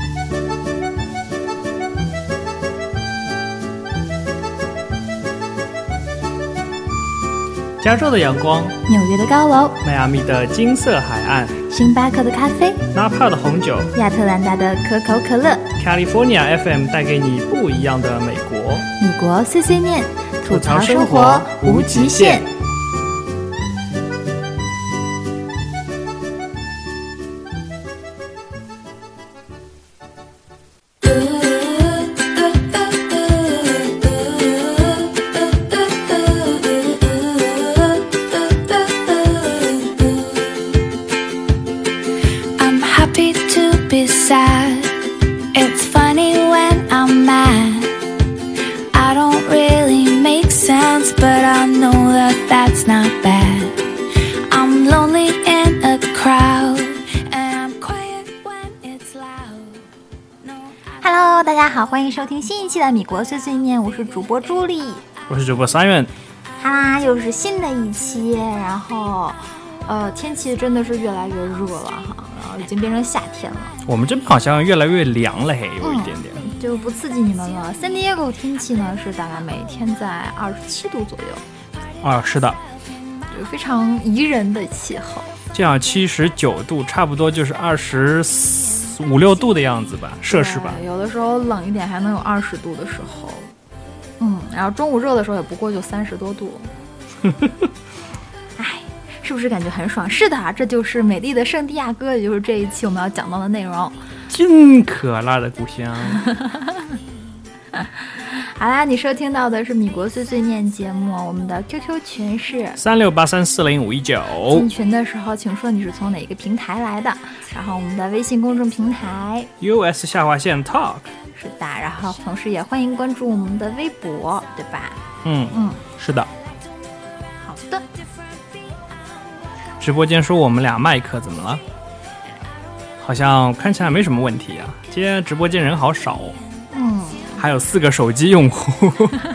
加州的阳光， 纽约的高楼， 迈阿密的金色海岸， 星巴克的咖啡， 纳帕的红酒， 亚特兰大的可口可乐， California FM 带给你不一样的美国。 米国碎碎念，吐槽生活无极限。 Hello， 大家好，欢迎收听新一期的米国碎碎念，我是主播朱莉， 我是主播Simon。 哈啦，又是新的一期，然后天气真的是越来越热了哈，然后已经变成夏天了。我们这边好像越来越凉了，嘿，有一点点。 就不刺激你们了。San Diego 天气呢是大概每天在27度左右。 啊，是的， 就非常宜人的气候。这样 79度，差不多就是25、26度的样子吧，摄氏吧。 有的时候冷一点还能有20度的时候。然后中午热的时候也不过就30多度。哎，是不是感觉很爽？是的，这就是美丽的圣地亚哥，也就是这一期我们要讲到的内容。 金可辣的故乡。 好啦，你收听到的是米国碎碎念节目，我们的 QQ 群是 3683405519。 进群的时候请说你是从哪个平台来的，然后我们的微信公众平台 US_Talk。 是的，然后同时也欢迎关注我们的微博，对吧？ 是的。 好的。 直播间说我们俩麦克怎么了？好像看起来没什么问题啊，今天直播间人好少。还有4个手机用户。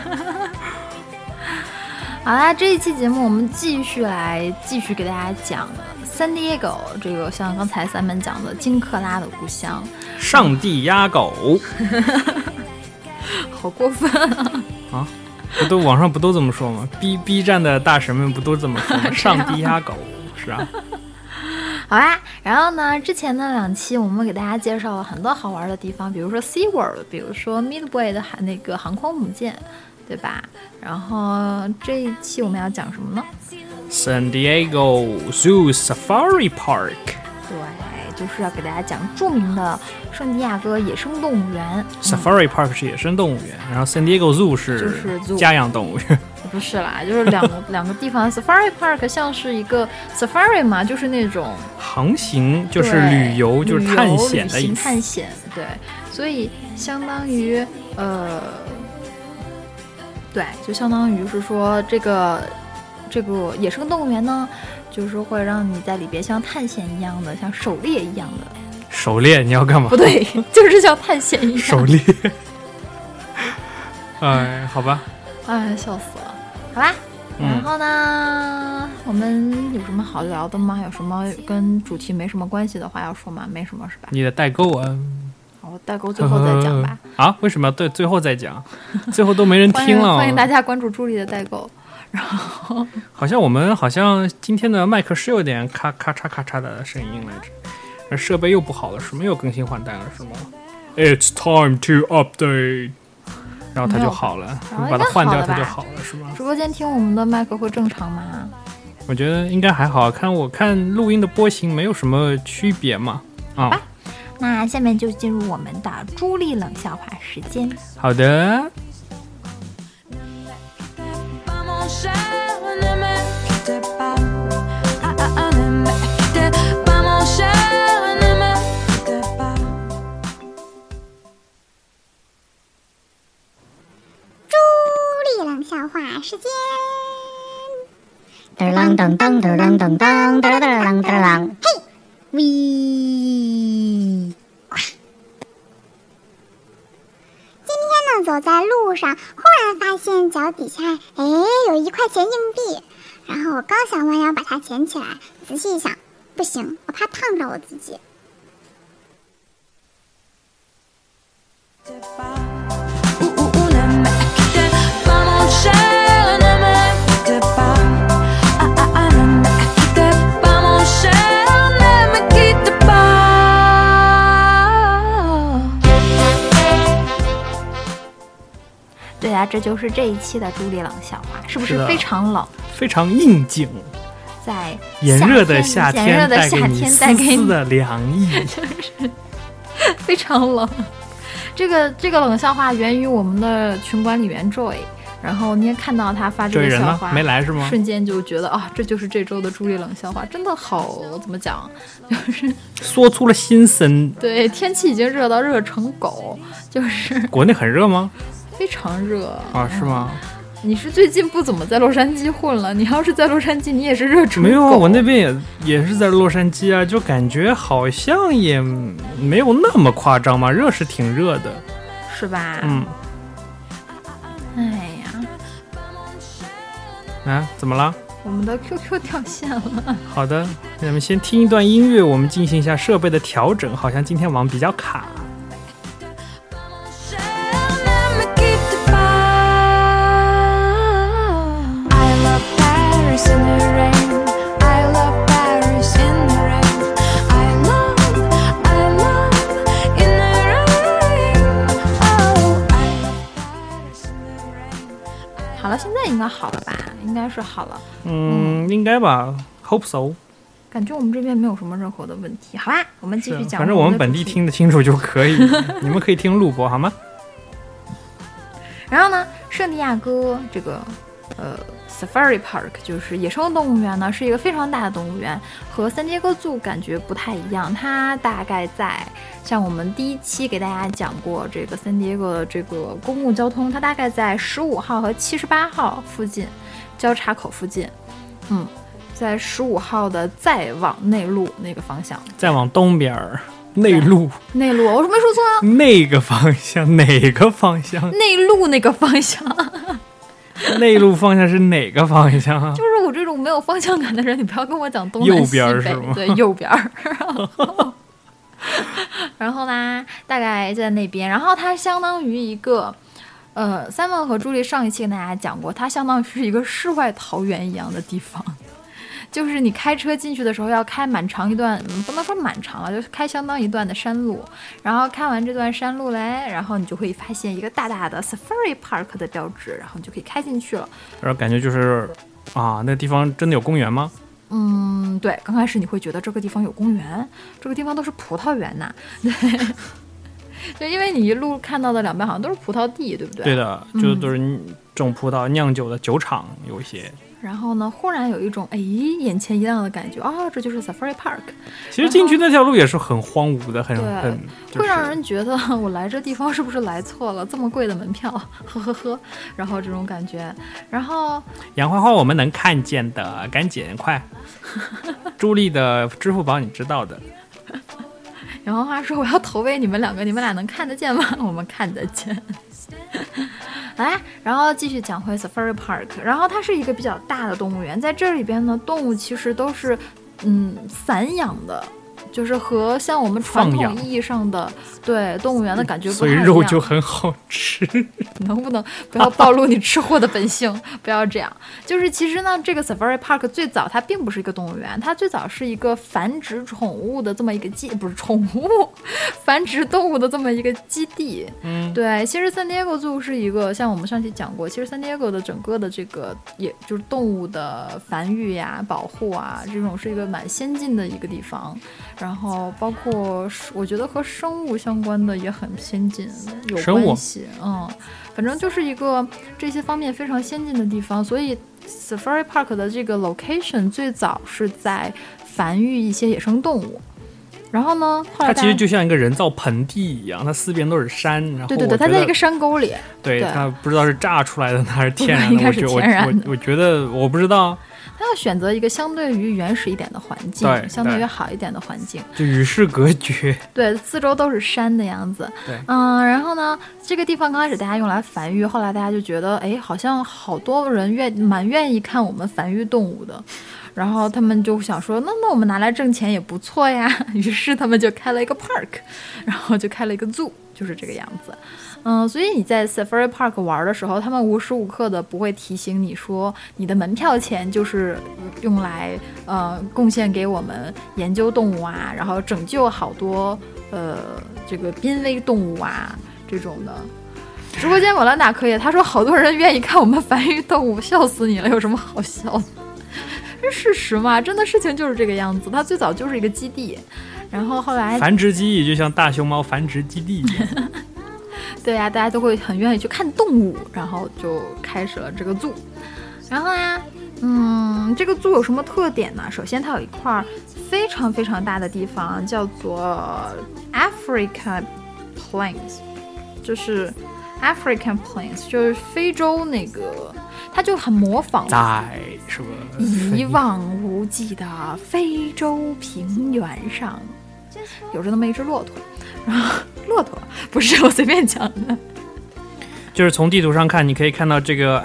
好啦，这一期节目我们继续给大家讲 San Diego 这个像刚才咱们讲的金克拉的故乡， 上帝鸭狗。 好过分啊！网上不都这么说吗？ B 站的大神们不都这么说吗？上帝鸭狗，是啊。 好啦，然后呢，之前的2期我们给大家介绍了很多好玩的地方，比如说 SeaWorld， 比如说 Midway 的那个航空母舰，对吧？然后这一期我们要讲什么呢？ San Diego Zoo Safari Park。 对，就是要给大家讲著名的圣地亚哥野生动物园。 Safari Park 是野生动物园，然后 San Diego Zoo 是家养动物园。 不是啦，就是两个地方。Safari Park 像是一个 Safari 嘛，就是那种航行，就是旅游，就是探险的意思。 探险，对，所以相当于对，就相当于是说这个野生动物园呢，就是会让你在里边像探险一样的，像狩猎一样的。 狩猎？你要干嘛？ 不对，就是像探险一样。 狩猎。哎，好吧。 哎，笑死了。好吧，然后呢，我们有什么好聊的吗？有什么跟主题没什么关系的话要说吗？没什么是吧？ 你的代购啊。 好，代购最后再讲吧。 啊？为什么要对最后再讲？最后都没人听了。 欢迎大家关注朱莉的代购。然后我们好像今天的麦克是有点咔咔嚓咔嚓的声音来着，设备又不好了是吗？又更新换代了是吗？ It's time to update。然后它就好了，把它换掉它就好了，是吗？ 直播间听我们的麦克会正常吗？ 我觉得应该还好，我看录音的波形没有什么区别嘛。 好吧，那下面就进入我们的朱莉冷笑话时间。 好的。 笑话时间。噔啷噔噔噔啷噔噔噔啷噔啷，嘿，喂！今天呢，走在路上，忽然发现脚底下，有1块钱硬币。然后我刚想弯腰把它捡起来，仔细一想，不行，我怕烫着我自己。 对啊，这就是这一期的朱莉冷笑话，是不是非常冷？ 非常应景， 在炎热的夏天带给你丝丝的凉意， 就是非常冷。这个冷笑话源于我们的群管理员 Joy， 然后你也看到他发这个笑话， 没来是吗？ 瞬间就觉得啊，这就是这周的朱莉冷笑话，真的好怎么讲，就是说出了心声。 对，天气已经热到热成狗，就是国内很热吗？ 非常热啊，是吗？ 你是最近不怎么在洛杉矶混了？你要是在洛杉矶，你也是热成狗。 没有，我那边也是在洛杉矶啊，就感觉好像也没有那么夸张嘛，热是挺热的， 是吧？ 嗯。 哎呀， 啊，怎么了？ 我们的 QQ 掉线了。 好的，那我们先听一段音乐，我们进行一下设备的调整，好像今天网比较卡。 好了，现在应该好了吧？应该是好了。 应该吧 ，Hope so。 感觉我们这边没有什么任何的问题。好吧，我们继续讲。 反正我们本地听得清楚就可以，你们可以听录播好吗？ 然后呢，圣地亚哥这个Safari Park 就是野生动物园呢，是一个非常大的动物园，和San Diego Zoo感觉不太一样。它大概在像我们第一期给大家讲过这个San Diego的这个公共交通，它大概在15号和78号附近交叉口附近，在15号的再往内陆那个方向， 再往东边儿。内陆， 我是没说错啊。 那个方向，哪个方向？ 内陆那个方向。 内陆方向是哪个方向啊？ 就是我这种没有方向感的人，你不要跟我讲东南西北。 右边是吗？ 对，右边。然后呢，大概在那边，然后它相当于一个，Simon 和朱莉上一期跟大家讲过，它相当于是一个世外桃源一样的地方。就是你开车进去的时候要开蛮长一段，不能说蛮长了，就是开相当一段的山路，然后开完这段山路嘞，然后你就会发现一个大大的 Safari Park 的标志，然后你就可以开进去了。 然后感觉就是啊，那个地方真的有公园吗？ 对，刚开始你会觉得这个地方有公园，这个地方都是葡萄园呐，对。就因为你一路看到的两边好像都是葡萄地，对不对？ 对的，就都是种葡萄酿酒的酒厂有一些。 然后呢，忽然有一种眼前一亮的感觉啊，这就是 Safari Park。 其实进去那条路也是很荒芜的，很会让人觉得我来这地方是不是来错了？这么贵的门票，呵呵呵。然后这种感觉，然后杨花花我们能看见的，赶紧快！朱莉的支付宝你知道的。 杨花花说我要投喂你们两个，你们俩能看得见吗？我们看得见。来，然后继续讲回 Safari Park， 然后它是一个比较大的动物园，在这里边呢，动物其实都是散养的，就是和像我们传统意义上的对动物园的感觉不太一样， 所以肉就很好吃。 能不能不要暴露你吃货的本性？不要这样。就是其实呢，这个 Safari Park 最早它并不是一个动物园，它最早是一个繁殖宠物的这么一个不是宠物，繁殖动物的这么一个基地。对，其实San Diego Zoo是一个，像我们上期讲过，其实San Diego的整个的这个也就是动物的繁育呀、保护啊，这种是一个蛮先进的一个地方。然后包括我觉得和生物相关的也很先进，有关系。反正就是一个这些方面非常先进的地方，所以 Safari Park 的这个 location 最早是在繁育一些野生动物。然后呢，后来它其实就像一个人造盆地一样，它四边都是山，然后对，它在一个山沟里。 对，它不知道是榨出来的还是天然的， 应该是天然的。 我觉得我不知道。 它要选择一个相对于原始一点的环境， 对， 相对于好一点的环境， 就与世隔绝。 对，四周都是山的样子。 对， 然后呢，这个地方刚开始大家用来繁育，后来大家就觉得，好像好多人蛮愿意看我们繁育动物的。 然后他们就想说，那我们拿来挣钱也不错呀。于是他们就开了一个 park， 然后就开了一个 zoo， 就是这个样子。所以你在 Safari Park 玩的时候，他们无时无刻的不会提醒你说，你的门票钱就是用来贡献给我们研究动物啊，然后拯救好多这个濒危动物啊这种的。直播间瓦兰达可以，他说好多人愿意看我们繁育动物，笑死你了，有什么好笑的？这事实嘛，真的事情就是这个样子。它最早就是一个基地，然后后来繁殖基地就像大熊猫繁殖基地一样。 对呀，大家都会很愿意去看动物，然后就开始了这个 zoo。然后呀，这个 zoo有什么特点呢？首先它有一块非常非常大的地方，叫做 Africa Plains， 就是 African Plains， 就是非洲那个，它就很模仿在什么一望无际的非洲平原上，有着那么一只骆驼。然后骆驼不是我随便讲的， 就是从地图上看，你可以看到这个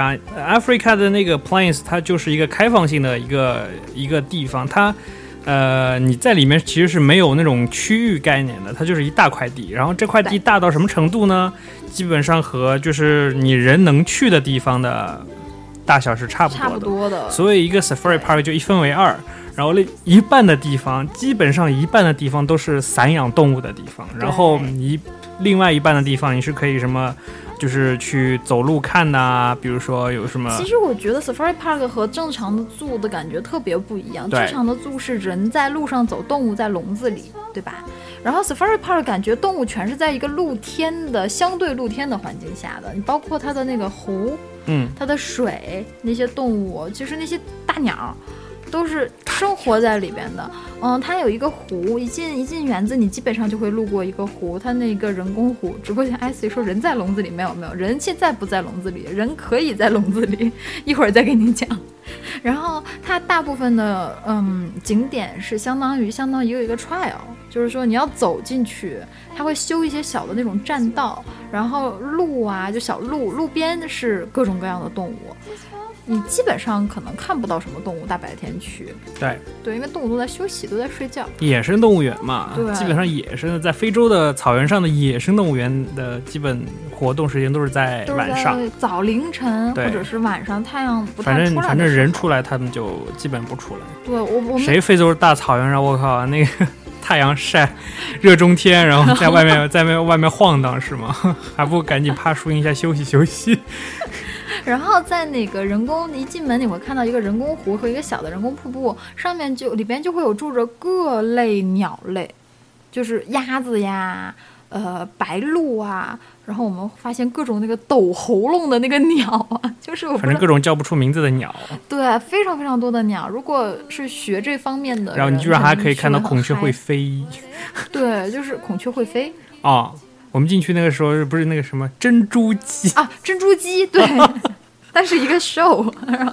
Africa 的那个 Plains， 它就是一个开放性的一个地方，它你在里面其实是没有那种区域概念的，它就是一大块地。然后这块地大到什么程度呢？基本上和就是你人能去的地方的大小是差不多的。所以一个 Safari Park 就一分为二。然后一半的地方，基本上一半的地方都是散养动物的地方，然后另外一半的地方你是可以什么，就是去走路看呐，比如说有什么。 其实我觉得 Safari Park 和正常的 zoo 的感觉特别不一样。正常的 zoo 是人在路上走，动物在笼子里，对吧？然后 Safari Park 感觉动物全是在一个相对露天的环境下的，你包括它的那个湖，它的水，那些动物，其实那些大鸟。都是生活在里边的。它有一个湖，一进园子，你基本上就会路过一个湖，它那个人工湖。直播间 IC 说人在笼子里，没有，人现在不在笼子里，人可以在笼子里，一会儿再给你讲。然后它大部分的景点是相当于有一个 trial， 就是说你要走进去，它会修一些小的那种栈道，然后路啊就小路边是各种各样的动物。你基本上可能看不到什么动物大白天去，对，因为动物都在休息，都在睡觉。 野生动物园嘛， 对， 基本上野生在非洲的草原上的野生动物园的基本活动时间都是在晚上， 早凌晨或者是晚上，太阳不太出来。 反正人出来，他们就基本不出来。 对，我谁非洲大草原上，我靠，那个太阳晒，热中天，然后在外面晃荡是吗？还不赶紧爬树荫下休息。 然后在那个人工一进门，你会看到一个人工湖和一个小的人工瀑布，上面里边就会有住着各类鸟类，就是鸭子呀，白鹭啊，然后我们发现各种那个抖喉咙的那个鸟啊，就是反正各种叫不出名字的鸟。 对，非常非常多的鸟。如果是学这方面的人， 然后你居然还可以看到孔雀会飞。 对，就是孔雀会飞哦。我们进去那个时候不是那个什么珍珠鸡啊，珍珠鸡，对，但是一个 show。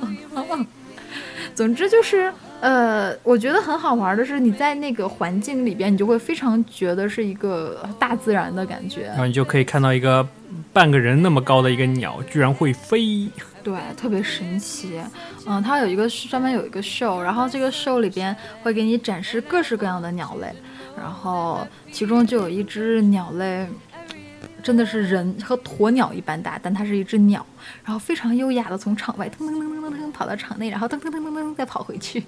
总之就是，我觉得很好玩的是，你在那个环境里边，你就会非常觉得是一个大自然的感觉。 然后你就可以看到一个半个人那么高的一个鸟，居然会飞。 对，特别神奇。它专门有一个 show， 然后这个 show 里边会给你展示各式各样的鸟类，然后其中就有一只鸟类。真的是人和鸵鸟一般大，但它是一只鸟，然后非常优雅的从场外腾腾腾腾腾跑到场内，然后腾腾腾腾腾再跑回去。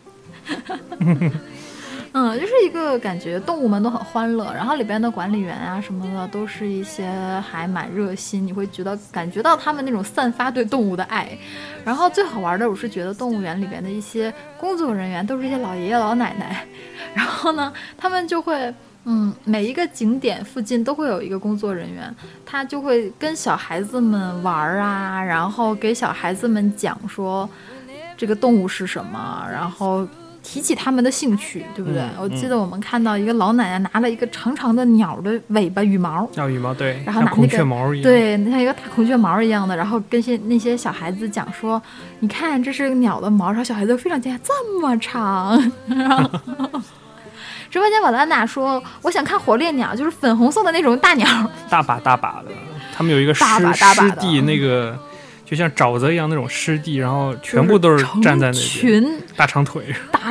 就是一个感觉动物们都很欢乐，然后里边的管理员啊什么的都是一些还蛮热心，你会感觉到他们那种散发对动物的爱。然后最好玩的我是觉得动物园里边的一些工作人员都是一些老爷爷老奶奶，然后呢他们就会每一个景点附近都会有一个工作人员，他就会跟小孩子们玩啊，然后给小孩子们讲说这个动物是什么，然后提起他们的兴趣，对不对？我记得我们看到一个老奶奶拿了一个长长的鸟的尾巴羽毛， 羽毛对， 然后拿那个孔雀毛一样， 对，像一个大孔雀毛一样的，然后跟那些小孩子讲说，你看这是鸟的毛，然后小孩子非常惊讶，这么长，然后直播间瓦兰达说我想看火烈鸟，就是粉红色的那种大鸟， 大把的，他们有一个湿地那个就像沼泽一样那种湿地，然后全部都是站在那边， 群大长腿，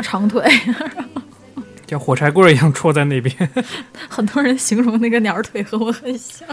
像火柴棍一样戳在那边。 很多人形容那个鸟腿和我很像。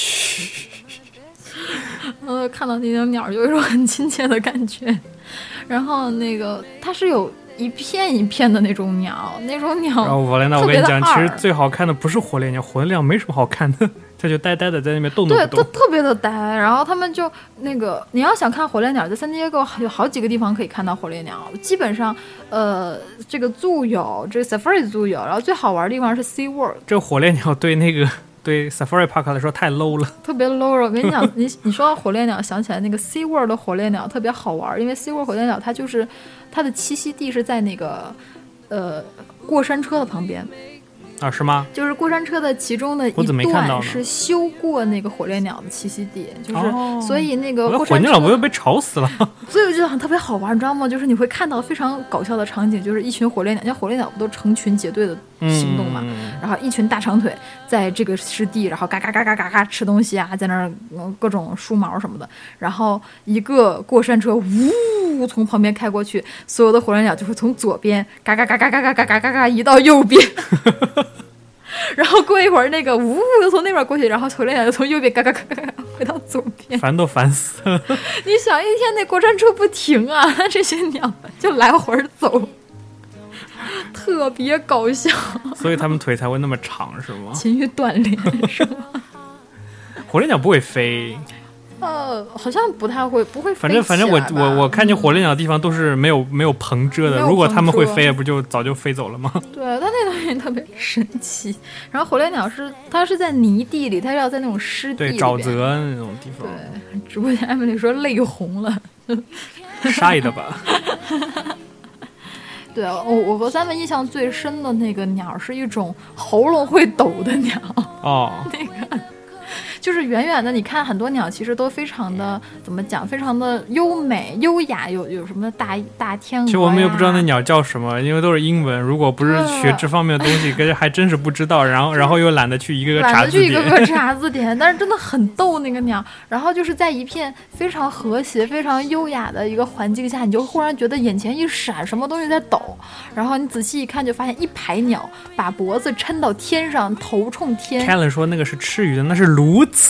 看到那种鸟有一种很亲切的感觉。然后那个它是有一片一片的那种鸟，然后我跟你讲，其实最好看的不是火烈鸟，火烈鸟没什么好看的，它就呆呆的在那边动都不动， 对，它特别的呆。然后他们就那个，你要想看火烈鸟，在三디에고有好几个地方可以看到火烈鸟，基本上这个zoo有，这个 Safari Zoo 有，然后最好玩的地方是 Sea World。 这个火烈鸟对 Safari Park 来说太 low 了， 特别 low 了。我跟你讲，你说到火烈鸟，想起来那个 Sea World 的火烈鸟特别好玩，因为 Sea World 火烈鸟它就是它的栖息地是在那个过山车的旁边。 啊，是吗？ 就是过山车的其中的一段是修过那个火烈鸟的栖息地，就是所以那个过山车火烈鸟不就被吵死了？ 所以我觉得特别好玩，你知道吗？就是你会看到非常搞笑的场景，就是一群火烈鸟，像火烈鸟不都成群结队的行动嘛？然后一群大长腿在这个湿地，然后嘎嘎嘎嘎嘎嘎吃东西啊，在那儿各种梳毛什么的。然后一个过山车呜从旁边开过去，所有的火烈鸟就会从左边嘎嘎嘎嘎嘎嘎嘎嘎嘎嘎移到右边。然后过一会儿，那个呜又从那边过去，然后火烈鸟就从右边嘎嘎嘎嘎嘎回到左边， 烦都烦死了。 你想一天那过山车不停啊，这些鸟就来回走，特别搞笑。 所以他们腿才会那么长，是吗？ 勤于锻炼，是吗？ 火烈鸟不会飞。 好像不会飞。 反正我看见火烈鸟的地方都是没有棚遮的。如果他们会飞，不就早就飞走了吗？ 对，它那东西特别神奇。然后火烈鸟它是在泥地里，它是要在那种湿地里， 对，沼泽那种地方。 对，直播间艾米丽说泪红了， 晒的吧？ 对，我和三文印象最深的那个鸟是一种喉咙会抖的鸟。 哦， 那个。就是远远的，你看很多鸟其实都非常的怎么讲，非常的优美优雅，有什么大天鹅呀。 其实我们也不知道那鸟叫什么，因为都是英文。如果不是学这方面的东西，还真是不知道。然后又懒得去一个个查字典，但是真的很逗那个鸟。然后就是在一片非常和谐、非常优雅的一个环境下，你就忽然觉得眼前一闪，什么东西在抖。然后你仔细一看，就发现一排鸟把脖子抻到天上，头冲天。 Kellen 说那个是吃鱼的，那是鸬鹚。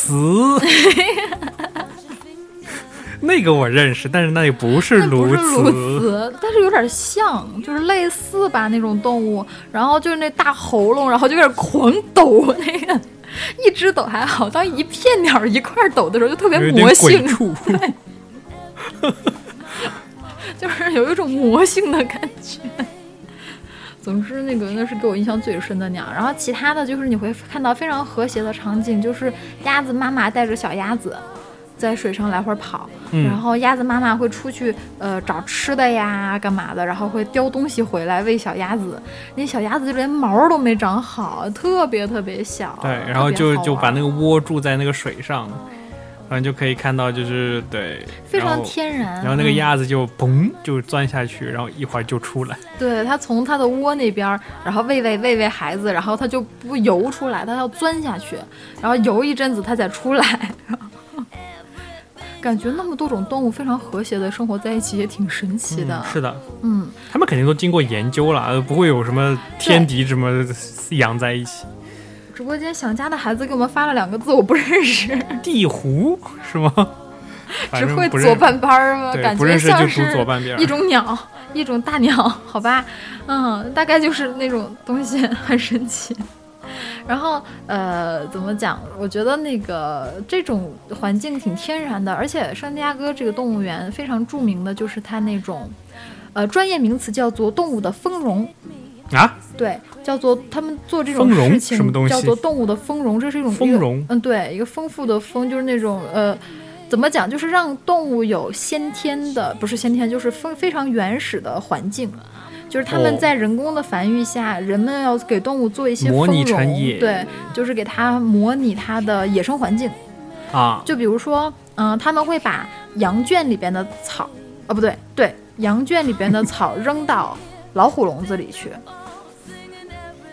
那个我认识，但是那也不是鸬鹚， 但是有点像，就是类似吧那种动物。然后就是那大喉咙，然后就有点狂抖，那个一只抖还好，当一片鸟一块抖的时候，就特别魔性，对，就是有一种魔性的感觉。总之那是给我印象最深的鸟。然后其他的就是你会看到非常和谐的场景，就是鸭子妈妈带着小鸭子在水上来回跑，然后鸭子妈妈会出去找吃的呀干嘛的，然后会叼东西回来喂小鸭子。那小鸭子就连毛都没长好，特别特别小。 对，然后就把那个窝住在那个水上，然后就可以看到，就是对， 非常天然。 然后那个鸭子就嘣就钻下去，然后一会儿就出来。 对，它从它的窝那边，然后喂孩子，然后它就不游出来，它要钻下去，然后游一阵子它再出来。感觉那么多种动物非常和谐的生活在一起，也挺神奇的。 是的，他们肯定都经过研究了，不会有什么天敌这么养在一起。 直播间想家的孩子给我们发了2个字，我不认识。 地狐是吗？ 只会左半边吗？感觉像是一种鸟，一种大鸟，好吧？大概就是那种东西，很神奇。然后怎么讲？我觉得那个这种环境挺天然的，而且圣地亚哥这个动物园非常著名的就是它那种，专业名词叫做动物的丰容。 啊， 对，叫做他们做这种事情什么东西叫做动物的丰容，这是一种丰容， 对，一个丰富的丰，就是那种怎么讲，就是让动物有先天的，不是先天，就是非常原始的环境，就是他们在人工的繁育下，人们要给动物做一些丰容，对，就是给它模拟它的野生环境啊， 就比如说，他们会把羊圈里边的草，不对，对，羊圈里边的草扔到老虎笼子里去。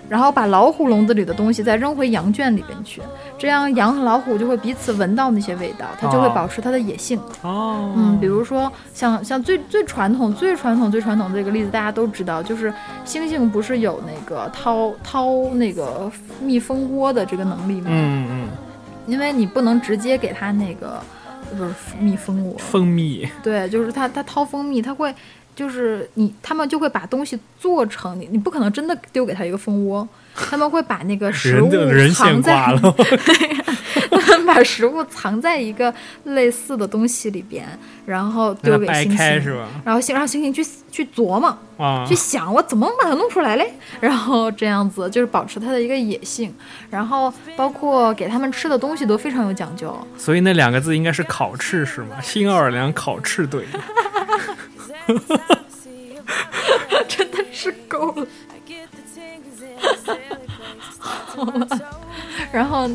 然后把老虎笼子里的东西再扔回羊圈里边去，这样羊和老虎就会彼此闻到那些味道，它就会保持它的野性。比如说像最传统的这个例子大家都知道，就是猩猩不是有那个掏那个蜜蜂窝的这个能力吗？因为你不能直接给它那个不是蜜蜂窝， 蜂蜜， 对，就是它掏蜂蜜，它会就是他们就会把东西做成你不可能真的丢给它一个蜂窝，他们会把那个食物藏在他们把食物藏在一个类似的东西里边，然后丢给猩猩， 是吧？ 然后让猩猩去琢磨去想我怎么把它弄出来嘞，然后这样子就是保持它的一个野性，然后包括给他们吃的东西都非常有讲究。 所以那2个字应该是烤翅是吗？新奥尔良烤翅队。 真的是够了。好了，然后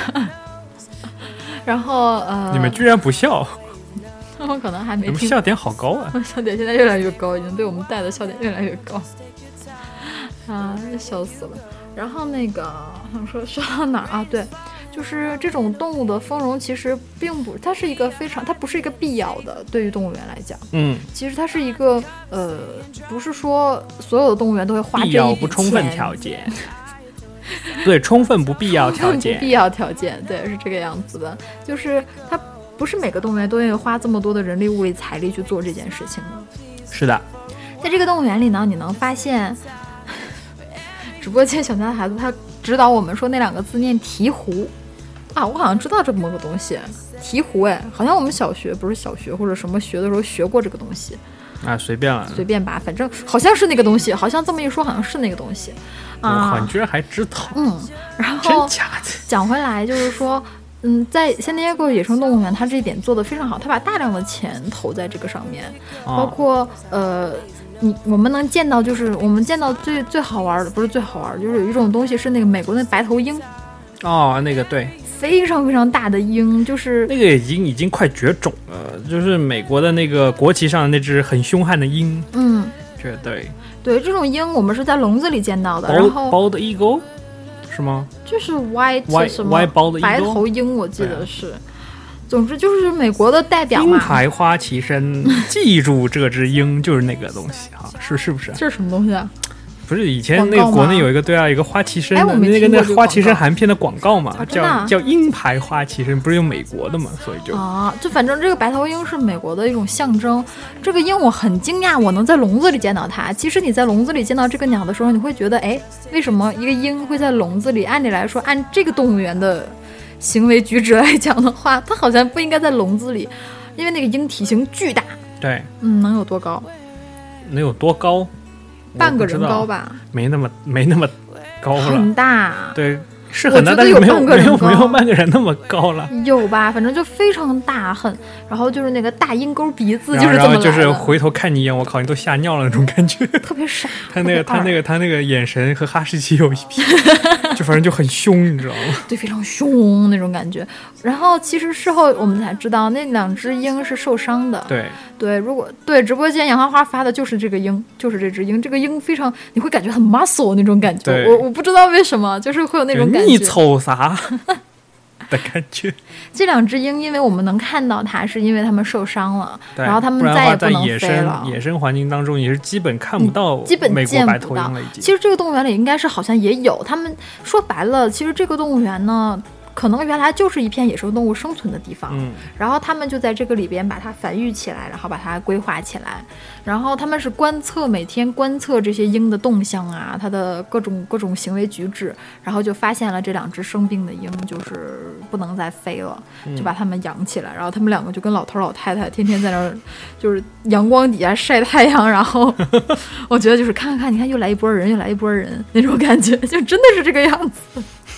你们居然不笑？ 他们可能还没听。 你们笑点好高啊！ 笑点现在越来越高，已经被我们带的笑点越来越高啊，笑死了。然后说到哪儿啊？对。就是这种动物的丰容其实并不，它是一个它不是一个必要的，对于动物园来讲，其实它是一个不是说所有的动物园都会花这一笔钱， 必要不充分条件，对，充分不必要条件， 不必要条件，对，是这个样子的，就是它不是每个动物园都愿意花这么多的人力物力财力去做这件事情的。 是的， 在这个动物园里呢，你能发现，直播间小男孩子他指导我们说那2个字念鹈鹕。啊，我好像知道这么个东西，鹈鹕，哎，好像我们不是小学或者什么学的时候学过这个东西。 啊，随便吧， 反正好像是那个东西，好像这么一说，好像是那个东西。啊， 你居然还知道？ 然后真假的？讲回来就是说，在San Diego野生动物园，它这一点做得非常好，它把大量的钱投在这个上面，包括我们能见到，就是我们见到最好玩的，不是最好玩，就是有一种东西是那个美国的白头鹰。 那个对。 非常非常大的鹰，就是那个已经快绝种了，就是美国的那个国旗上的那只很凶悍的鹰。绝对对，这种鹰我们是在笼子里见到的。然后 Bald Eagle 是吗？ 就是 white 什么白头鹰，我记得是。总之就是美国的代表嘛。 鹰牌花旗参，记住这只鹰就是那个东西哈，是不是？ 这是什么东西啊？ 不是以前那个国内有一个一个花旗参的那个花旗参含片的广告嘛，叫鹰牌花旗参，不是有美国的嘛，所以就反正这个白头鹰是美国的一种象征。这个鹰我很惊讶，我能在笼子里见到它。其实你在笼子里见到这个鸟的时候，你会觉得，哎，为什么一个鹰会在笼子里？按理来说，按这个动物园的行为举止来讲的话，它好像不应该在笼子里，因为那个鹰体型巨大。 对， 能有多高？ 能有多高？ 半个人高吧， 没那么高了， 很大， 对，是很大，但是没有半个人那么高了， 有吧？反正就非常大，然后就是那个大鹰钩鼻子，就是这么来的， 然后就是回头看你一眼，我靠，你都吓尿了那种感觉， 特别傻。 他那个眼神和哈士奇有一比，就反正就很凶，你知道吗？ 对，非常凶那种感觉。然后其实事后我们才知道，那2只鹰是受伤的。对，如果直播间杨花花发的就是这个鹰，就是这只鹰。这个鹰非常，你会感觉很 muscle 那种感觉。我不知道为什么，就是会有那种感觉。 你瞅啥的感觉？ 这2只鹰，因为我们能看到它，是因为它们受伤了，然后它们再也不能飞了。 野生环境当中也是基本看不到， 基本美国白头鹰了已经。 其实这个动物园里应该是好像也有。他们说白了，其实这个动物园呢，可能原来就是一片野生动物生存的地方，然后他们就在这个里边把它繁育起来，然后把它规划起来，然后他们是每天观测这些鹰的动向啊，它的各种行为举止，然后就发现了这2只生病的鹰就是不能再飞了，就把它们养起来，然后他们2个就跟老头老太太天天在那儿就是阳光底下晒太阳，然后我觉得就是看你看又来一波人那种感觉，就真的是这个样子。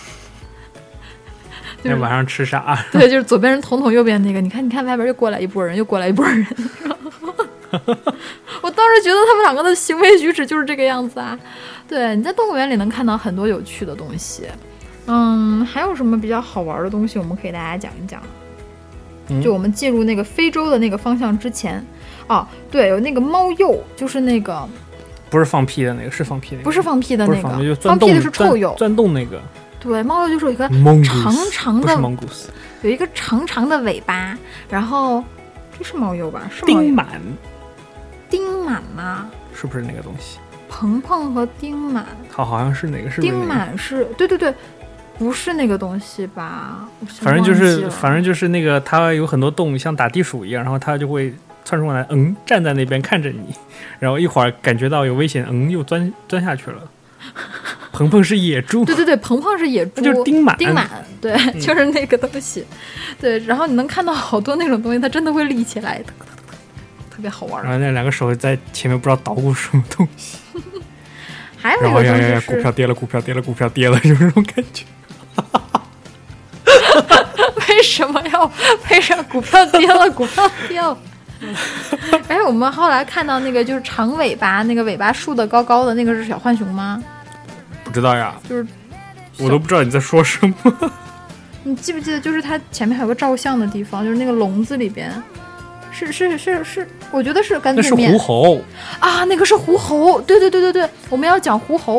那晚上吃啥？ 对，就是左边人捅右边那个，你看外边又过来一波人。我当时觉得他们2个的行为举止就是这个样子啊。对，你在动物园里能看到很多有趣的东西。还有什么比较好玩的东西，我们可以给大家讲一讲。就我们进入那个非洲的那个方向之前，对，有那个猫鼬，就是那个不是放屁的那个，是放屁的那个， 不是放屁的那个， 就放屁的是臭鼬， 钻洞那个。 对，猫鼬就是有一个长长的，有一个长长的尾巴，然后这是猫鼬吧？是丁满， 丁满吗？ 是不是那个东西？ 鹏鹏和丁满， 好像是哪个？是丁满是对，不是那个东西吧？ 反正就是那个，它有很多洞，像打地鼠一样，然后它就会窜出来，站在那边看着你，然后一会儿感觉到有危险，又钻下去了。鹏鹏是野猪， 对，鹏鹏是野猪， 就是丁满， 对，就是那个东西，对，然后你能看到好多那种东西，它真的会立起来，特别好玩。 然后那两个手在前面不知道捣鼓什么东西， 还有一个东西是股票跌了，就是这种感觉。 为什么要配上股票跌了？哎，我们后来看到那个就是长尾巴，那个尾巴竖得高高的那个是小浣熊吗？ 不知道呀， 就是我都不知道你在说什么。 你记不记得，就是它前面还有个照相的地方，就是那个笼子里边，是，我觉得是干脆面。 那是狐猴啊，那个是狐猴，对，我们要讲狐猴。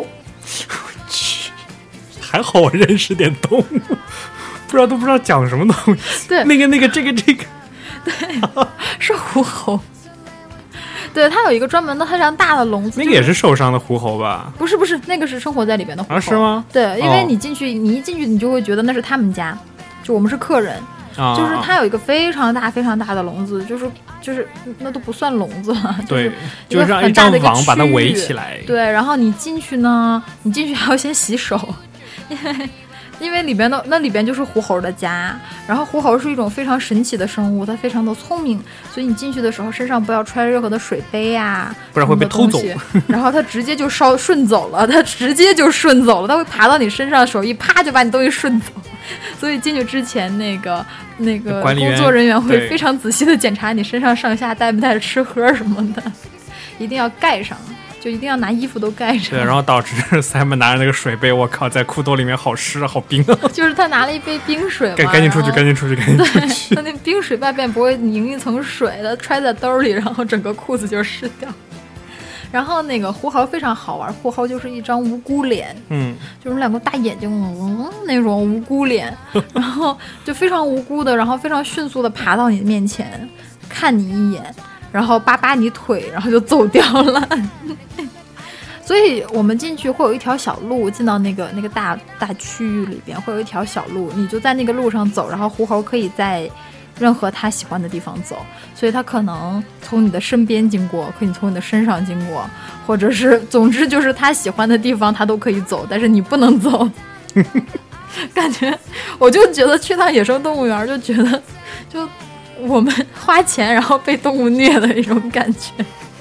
还好我认识点动物，都不知道讲什么东西。 对， 这个， 对，是狐猴。对，它有一个专门的非常大的笼子， 那个也是受伤的狐猴吧？ 不是，那个是生活在里边的狐猴。 是吗？ 对，因为你一进去，你就会觉得那是他们家，就我们是客人。就是它有一个非常大的笼子，就是那都不算笼子了， 对， 就是让一张网把它围起来。 对，然后你进去还要先洗手，因为里边就是狐猴的家，然后狐猴是一种非常神奇的生物，它非常的聪明，所以你进去的时候身上不要揣任何的水杯啊， 不然会被偷走。 然后它直接就顺走了，它会爬到你身上，手一啪就把你东西顺走。所以进去之前，那个工作人员会非常仔细的检查你身上上下带不带着吃喝什么的，一定要盖上。就一定要拿衣服都盖上。 对，然后导致Simon拿着那个水杯，我靠，在裤兜里面好湿啊，好冰啊！ 就是他拿了一杯冰水嘛， 赶紧出去！ 他那冰水外边不会凝一层水的，揣在兜里，然后整个裤子就湿掉。然后那个狐猴非常好玩，狐猴就是一张无辜脸，就是两个大眼睛，那种无辜脸，然后就非常无辜的，然后非常迅速的爬到你面前，看你一眼。然后扒你腿，然后就走掉了。所以我们进去会有一条小路，进到那个大区域里边会有一条小路，你就在那个路上走，然后狐猴可以在任何他喜欢的地方走，所以他可能从你的身边经过，可以从你的身上经过，或者是总之就是他喜欢的地方他都可以走，但是你不能走。感觉我就觉得去趟野生动物园就觉得就我们花钱然后被动物虐的一种感觉。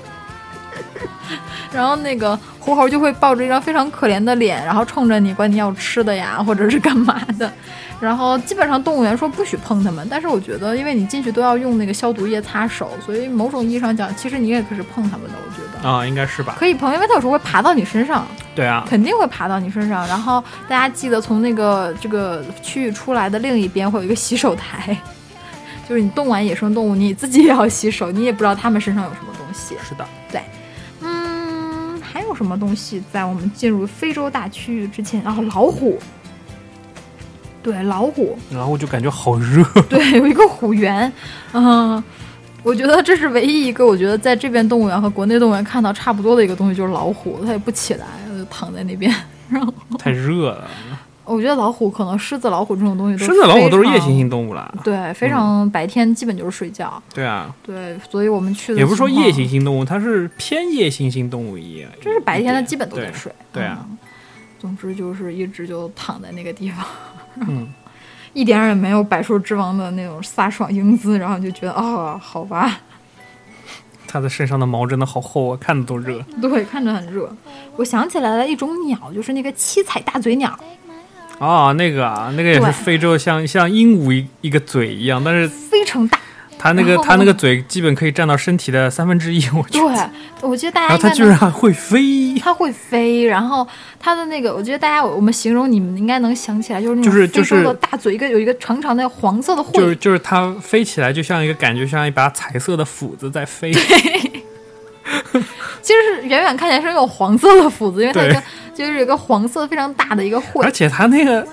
然后那个狐猴就会抱着一张非常可怜的脸，然后冲着你管你要吃的呀或者是干嘛的，然后基本上动物园说不许碰它们，但是我觉得因为你进去都要用那个消毒液擦手，所以某种意义上讲其实你也可是碰它们的，我觉得啊，应该是吧， 可以碰，因为它有时候会爬到你身上。 对啊， 肯定会爬到你身上。然后大家记得从这个区域出来的另一边会有一个洗手台，就是你动完野生动物你自己也要洗手，你也不知道它们身上有什么东西。 是的， 对。还有什么东西在我们进入非洲大区域之前啊？老虎。对，老虎就感觉好热。 对，有一个虎园，我觉得这是唯一一个我觉得在这边动物园和国内动物园看到差不多的一个东西，就是老虎，它也不起来，就躺在那边，然后太热了。 我觉得老虎可能狮子、老虎这种东西都狮子、老虎都是夜行性动物了， 对，非常白天基本就是睡觉。 对啊， 对，所以我们去的也不是说夜行性动物，它是偏夜行性动物一样， 就是白天它基本都在睡。 对啊， 总之就是一直就躺在那个地方，一点也没有百兽之王的那种飒爽英姿，然后就觉得好吧。 它的身上的毛真的好厚啊，看着都热。 对，看着很热。我想起来了一种鸟，就是那个七彩大嘴鸟。 那个也是非洲像鹦鹉一个嘴一样，但是非常大。 它那个嘴基本可以占到身体的1/3，我觉得。 对，我觉得大家然后它居然还会飞。 它会飞，然后它的那个，我觉得大家我们形容你们应该能想起来，就是那种非洲的大嘴，有一个长长的黄色的喙， 就是它飞起来就像一个感觉像一把彩色的斧子在飞。 其实是远远看起来是那种黄色的斧子，因为它就是一个黄色非常大的一个喙， 而且它那个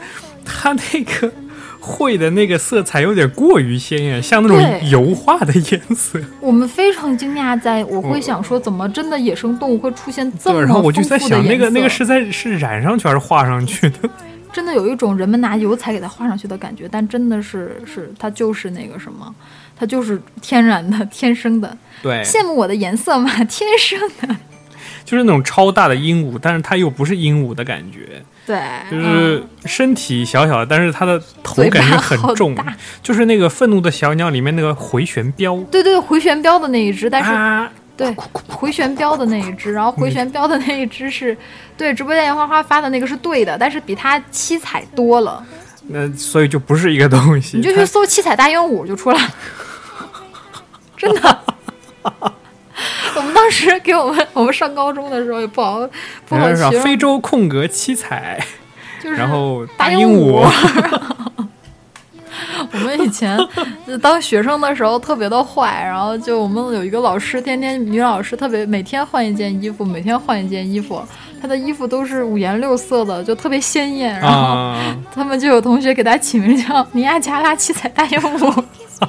绘的那个色彩有点过于鲜艳，像那种油画的颜色。 我们非常惊讶，我会想说，怎么真的野生动物会出现这么丰富的颜色？ 然后我就在想，那个是染上去还是画上去的？ 真的有一种人们拿油彩给它画上去的感觉，但真的是它就是那个什么，它就是天然的、天生的。 对， 羡慕我的颜色嘛，天生的。 就是那种超大的鹦鹉，但是它又不是鹦鹉的感觉。 对， 就是身体小小的，但是它的头感觉很重，就是那个愤怒的小鸟里面那个回旋镖。 对，回旋镖的那一只，但是。对，回旋镖的那一只，然后回旋镖的那一只是对直播间花花发的那个是对的，但是比它七彩多了。 那所以就不是一个东西。 你就去搜七彩大鹦鹉就出来，真的。我们当时给我们上高中的时候也不好学。 非洲空格七彩， 就是然后大鹦鹉。我们以前就当学生的时候特别的坏，然后就我们有一个老师，天天女老师每天换一件衣服，她的衣服都是五颜六色的，就特别鲜艳，然后他们就有同学给她起名叫尼亚加拉七彩大鹦鹉。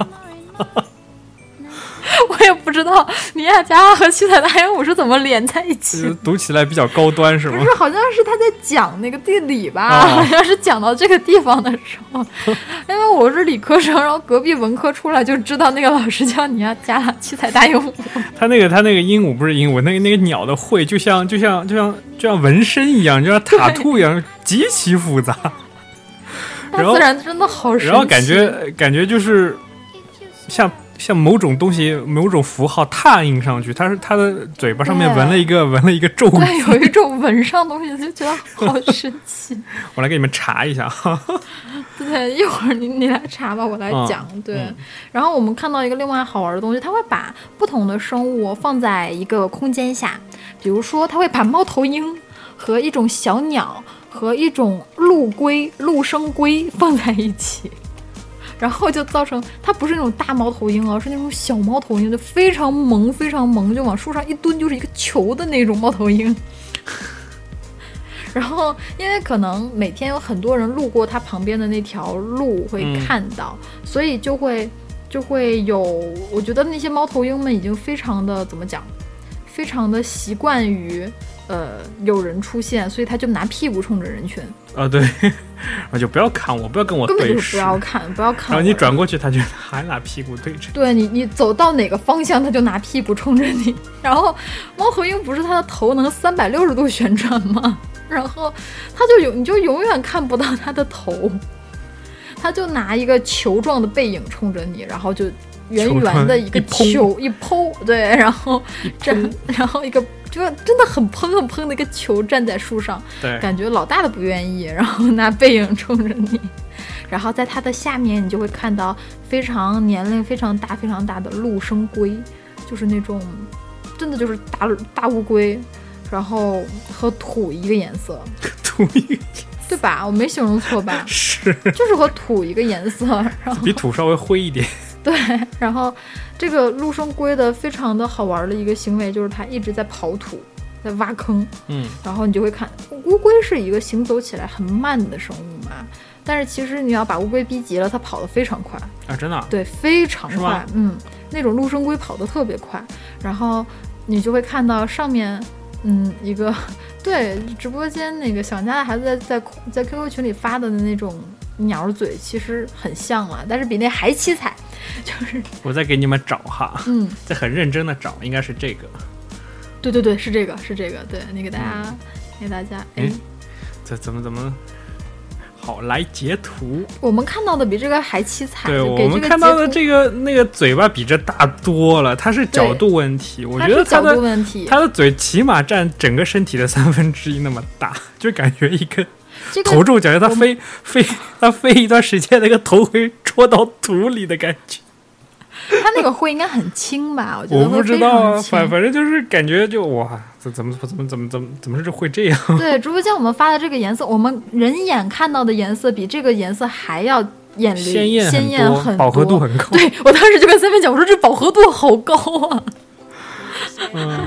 我也不知道尼亚加拉和七彩大鹦鹉是怎么连在一起的， 读起来比较高端是吗？ 不是，好像是他在讲那个地理吧，好像是讲到这个地方的时候，因为我是理科生，然后隔壁文科出来就知道那个老师叫尼亚加拉七彩大鹦鹉。 他那个鹦鹉不是鹦鹉，那个鸟的喙就像纹身一样，就像塔兔一样，极其复杂。 大自然真的好神奇。 然后感觉就是像某种东西、某种符号拓印上去，它的嘴巴上面纹了一个咒语， 对，有一种纹上东西就觉得好神奇。 我来给你们查一下。 对，一会儿你来查吧，我来讲。对，然后我们看到一个另外好玩的东西，它会把不同的生物放在一个空间下，比如说它会把猫头鹰和一种小鸟和一种陆生龟放在一起。然后就造成它不是那种大猫头鹰是那种小猫头鹰，就非常萌，就往树上一蹲就是一个球的那种猫头鹰。然后因为可能每天有很多人路过它旁边的那条路会看到，所以就会有，我觉得那些猫头鹰们已经非常的怎么讲，非常的习惯于有人出现，所以他就拿屁股冲着人群。 对，我就不要看我，不要跟我对视， 根本就是不要看。 然后你转过去，他就还拿屁股对着。 对你走到哪个方向，他就拿屁股冲着你。然后猫头鹰不是它的头能360度旋转吗？然后你就永远看不到它的头，他就拿一个球状的背影冲着你，然后就圆圆的一个球一抛，对，然后一个就真的很砰的一个球站在树上， 对， 感觉老大的不愿意，然后拿背影冲着你，然后在它的下面你就会看到年龄非常大的陆生龟，就是那种真的就是大乌龟，然后和土一个颜色， 土一个颜色， 对吧？我没形容错吧？ 是， 就是和土一个颜色，然后比土稍微灰一点。 对，然后这个陆生龟的非常的好玩的一个行为就是它一直在刨土，在挖坑，然后你就会看乌龟是一个行走起来很慢的生物嘛，但是其实你要把乌龟逼急了，它跑得非常快啊，真的？ 对，非常快，那种陆生龟跑得特别快，然后你就会看到上面，一个对直播间那个小家的孩子在 QQ 群里发的那种鸟嘴其实很像了，但是比那还七彩。就是我再给你们找哈，再很认真的找，应该是这个。 对，是这个，对，你给大家， 这怎么好来截图？ 我们看到的比这个还七彩。 对，我们看到的那个嘴巴比这大多了，它是角度问题。我觉得它的嘴起码占整个身体的1/3那么大，就感觉一个。头重脚轻，它飞一段时间，那个头会戳到土里的感觉。 它那个会应该很轻吧？我觉得我不知道啊，反正就是感觉就哇，怎么是会这样？ 对，直播间我们发的这个颜色，我们人眼看到的颜色比这个颜色还要鲜艳很多， 饱和度很高。 对，我当时就跟三妹讲，我说这饱和度好高啊。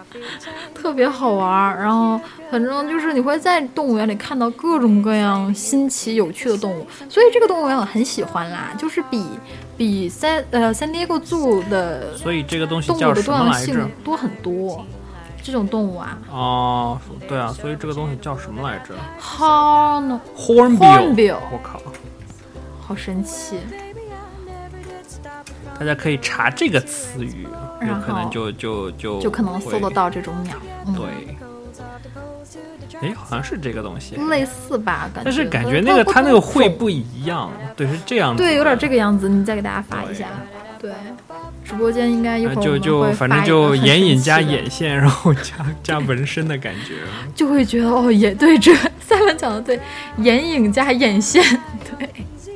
特别好玩。然后反正就是你会在动物园里看到各种各样新奇有趣的动物，所以这个动物园我很喜欢啦，就是比San Diego Zoo 的所以这个东西动物的叫什多样性么来着？ 多很多。这种动物啊， 哦，对啊，所以这个东西叫什么来着 Hornbill 我靠， 好神奇。 大家可以查这个词语，有然后可能就可能搜得到这种鸟。 对。哎，好像是这个东西， 类似吧，感觉。 但是感觉那个它那个会不一样，对，是这样子。 对，有点这个样子，你再给大家发一下。对，直播间应该一会儿我们会反正就眼影加眼线，然后加纹身的感觉， 就会觉得哦，也对，这赛文讲的对，眼影加眼线，对。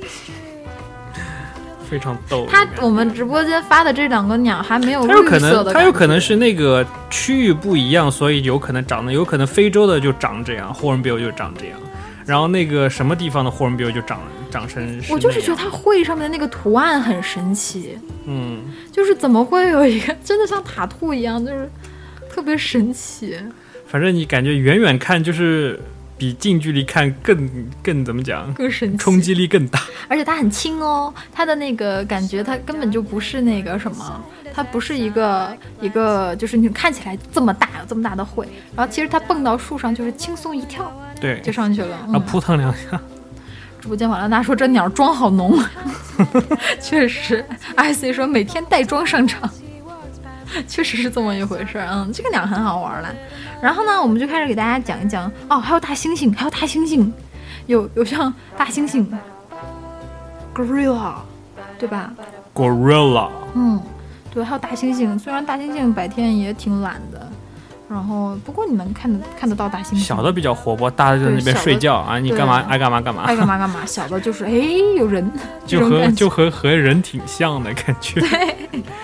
非常逗。 我们直播间发的这两个鸟还没有绿色的， 它有可能是那个区域不一样，所以有可能长得，有可能非洲的就长这样，Hornbill 就长这样，然后那个什么地方的 Hornbill 就长成。 我就是觉得它会上面的那个图案很神奇，就是怎么会有一个真的像塔兔一样，就是特别神奇。 反正你感觉远远看就是比近距离看更怎么讲？ 更神奇， 冲击力更大。 而且它很轻哦，它的那个感觉，它根本就不是那个什么，它不是一个就是你看起来这么大有这么大的喙，然后其实它蹦到树上就是轻松一跳， 对， 就上去了， 然后扑腾两下。 直播间瓦兰达说这鸟妆好浓，确实。IC 说每天带妆上场，确实是这么一回事。这个鸟很好玩了。然后呢，我们就开始给大家讲一讲哦，还有大猩猩，有像大猩猩 ，gorilla， 对吧 ？gorilla， 对，还有大猩猩。虽然大猩猩白天也挺懒的。然后，不过你能看得到大猩猩， 小的比较活泼，大的在那边睡觉啊，你干嘛爱干嘛干嘛， 爱干嘛干嘛。小的就是有人， 就和人挺像的感觉。 对，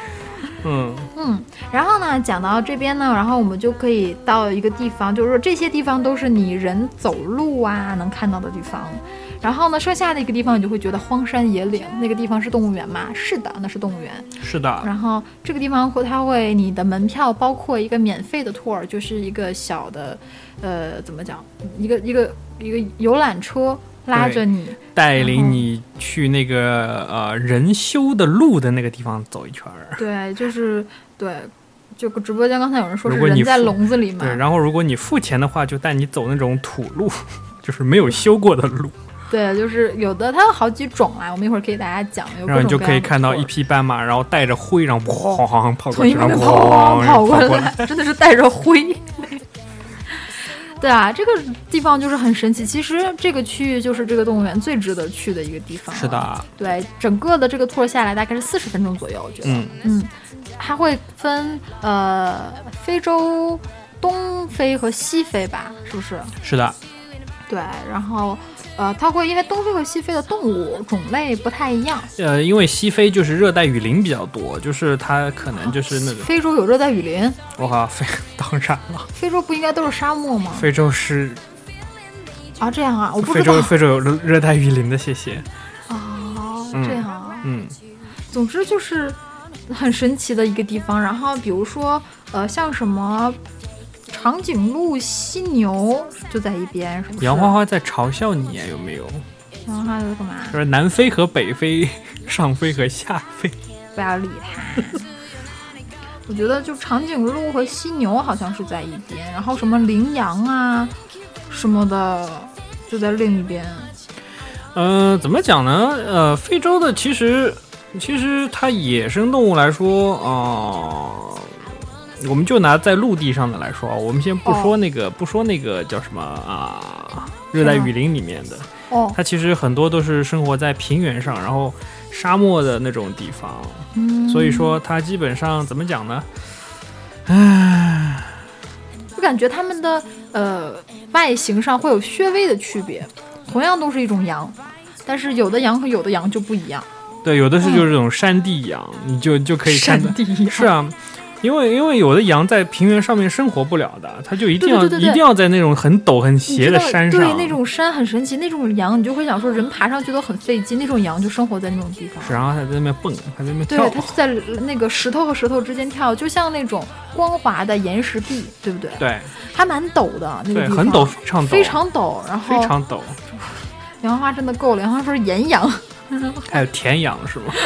然后呢，讲到这边呢，然后我们就可以到一个地方，就是说这些地方都是你人走路啊能看到的地方。然后呢，剩下的一个地方你就会觉得荒山野岭，那个地方是动物园吗？是的，那是动物园。是的。然后这个地方它会你的门票包括一个免费的 tour， 就是一个小的，怎么讲，一个游览车拉着你， 带领你去那个人修的路的那个地方走一圈。 对，就是对。就直播间刚才有人说是人在笼子里嘛。 对，然后如果你付钱的话，就带你走那种土路，就是没有修过的路。 对，就是有的，它有好几种啊，我们一会儿可以给大家讲。 然后你就可以看到一匹斑马，然后带着灰，然后砰跑过去，然后跑过来，真的是带着灰。对啊，这个地方就是很神奇。其实这个区域就是这个动物园最值得去的一个地方。是的。对，整个的这个 tour 下来大概是40分钟左右，我觉得。它会分非洲东非和西非吧，是不是？是的。对，然后它会因为东非和西非的动物种类不太一样。 因为西非就是热带雨林比较多，就是它可能就是那种。 非洲有热带雨林？ 我靠，当然了。 非洲不应该都是沙漠吗？ 非洲是。 啊，这样啊，我不知道。 非洲有热带雨林的，谢谢。 这样啊。总之就是很神奇的一个地方。然后比如说像什么。长颈鹿、犀牛就在一边，是不是？ 杨花花在嘲笑你啊，有没有？ 杨花花在干嘛？ 就是南非和北非，上非和下非。 不要理他。我觉得就长颈鹿和犀牛好像是在一边，然后什么羚羊啊什么的就在另一边。 怎么讲呢？非洲的其实它野生动物来说，我们就拿在陆地上的来说，我们先不说那个叫什么热带雨林里面的，它其实很多都是生活在平原上，然后沙漠的那种地方，所以说它基本上怎么讲呢？ 我感觉它们的外形上会有略微的区别，同样都是一种羊，但是有的羊和有的羊就不一样。 对，有的是就是这种山地羊，你就可以看到。 山地羊是啊。 因为有的羊在平原上面生活不了的，它就一定要对一定要在那种很陡很斜的山上。 对，那种山很神奇，那种羊你就会想说人爬上去都很费劲，那种羊就生活在那种地方。 然后它在那边蹦，它在那边跳。 对，它就在那个石头和石头之间跳，就像那种光滑的岩石壁，对不对？ 对， 还蛮陡的那个地方， 很陡，非常陡，然后非常陡。 杨花真的够了，杨花说是岩羊， 还有甜羊是吗？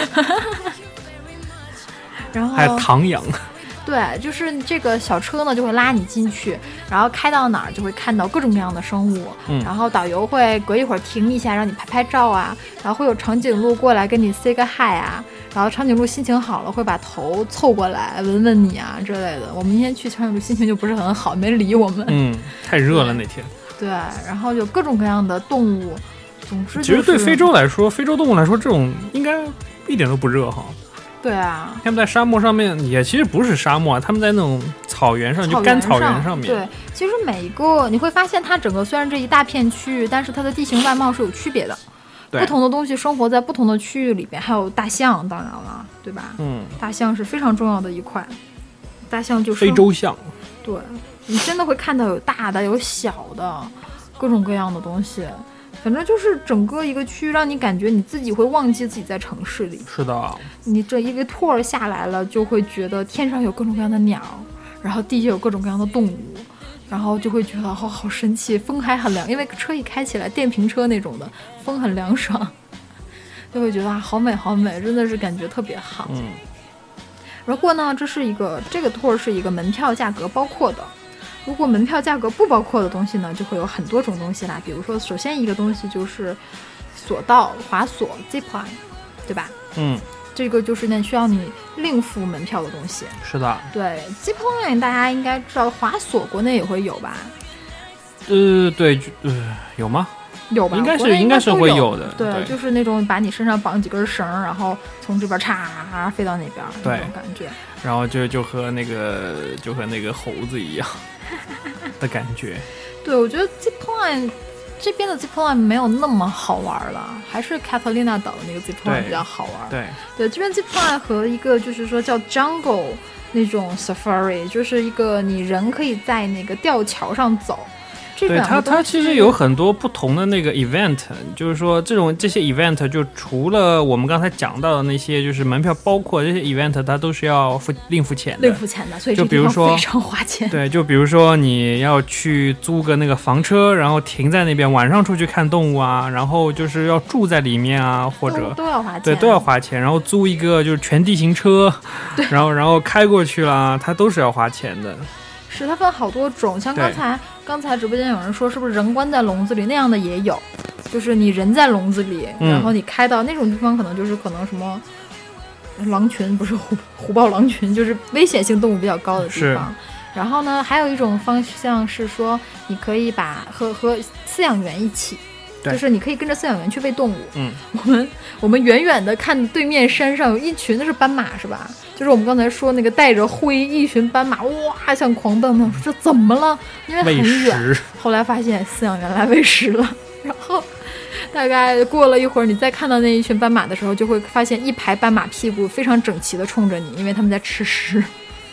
然后还有糖羊。 对，就是这个小车呢就会拉你进去，然后开到哪儿就会看到各种各样的生物，然后导游会隔一会儿停一下让你拍照啊，然后会有长颈鹿过来跟你 say 个 hi 啊，然后长颈鹿心情好了会把头凑过来闻闻你啊之类的。我们那天去长颈鹿心情就不是很好，没理我们， 太热了那天。 对，然后有各种各样的动物，总之、就是、 其实对非洲来说，非洲动物来说，这种应该一点都不热哈。 对啊， 他们在沙漠上面也其实不是沙漠，他们在那种草原上，就干草原上面。 对，其实每一个你会发现，它整个虽然这一大片区域，但是它的地形外貌是有区别的。不同的东西生活在不同的区域里边，还有大象，当然了，对吧？大象是非常重要的一块。大象就是非洲象。 对，你真的会看到有大的有小的，各种各样的东西。反正就是整个一个区域让你感觉你自己会忘记自己在城市里。 是的， 你这一个 tour 下来了，就会觉得天上有各种各样的鸟，然后地下有各种各样的动物，然后就会觉得好神奇，风还很凉，因为车一开起来电瓶车那种的，风很凉爽，就会觉得好美好美，真的是感觉特别好。如果呢这个 tour 是一个门票价格包括的，如果门票价格不包括的东西呢，就会有很多种东西啦。比如说，首先一个东西就是索道、滑索 zipline， 对吧？这个就是需要你另付门票的东西。 是的。 对 zipline 大家应该知道，滑索国内也会有吧？ 对，有吗？ 有吧？ 应该是会有的。 对，就是那种把你身上绑几根绳，然后从这边嚓飞到那边，那种感觉。 然后就和那个猴子一样的感觉。 对，我觉得 zipline 这边的 zipline 没有那么好玩了，还是 Catalina 岛的那个 zipline 比较好玩。对，这边 zipline 和一个就是说叫 jungle 那种 safari， 就是一个你人可以在那个吊桥上走。 对，它其实有很多不同的那个 event， 就是说这些 event 就除了我们刚才讲到的那些就是门票包括这些 event， 它都是要另付钱的， 所以这地方非常花钱。 对，就比如说你要去租个那个房车，然后停在那边，晚上出去看动物啊，然后就是要住在里面啊，或者都要花钱。 对，都要花钱。然后租一个就是全地形车，然后开过去啦，它都是要花钱的。 是，它分好多种，像刚才直播间有人说是不是人关在笼子里那样的也有，就是你人在笼子里，然后你开到那种地方，可能什么狼群，不是虎豹狼群，就是危险性动物比较高的地方。然后呢，还有一种方向是说，你可以把和饲养员一起，就是你可以跟着饲养员去喂动物。我们远远的看对面山上有一群，那是斑马是吧？就是我们刚才说那个带着灰一群斑马，哇，像狂奔那种。说这怎么了？因为很远。后来发现饲养员来喂食了。然后大概过了一会儿，你再看到那一群斑马的时候，就会发现一排斑马屁股非常整齐的冲着你，因为他们在吃食。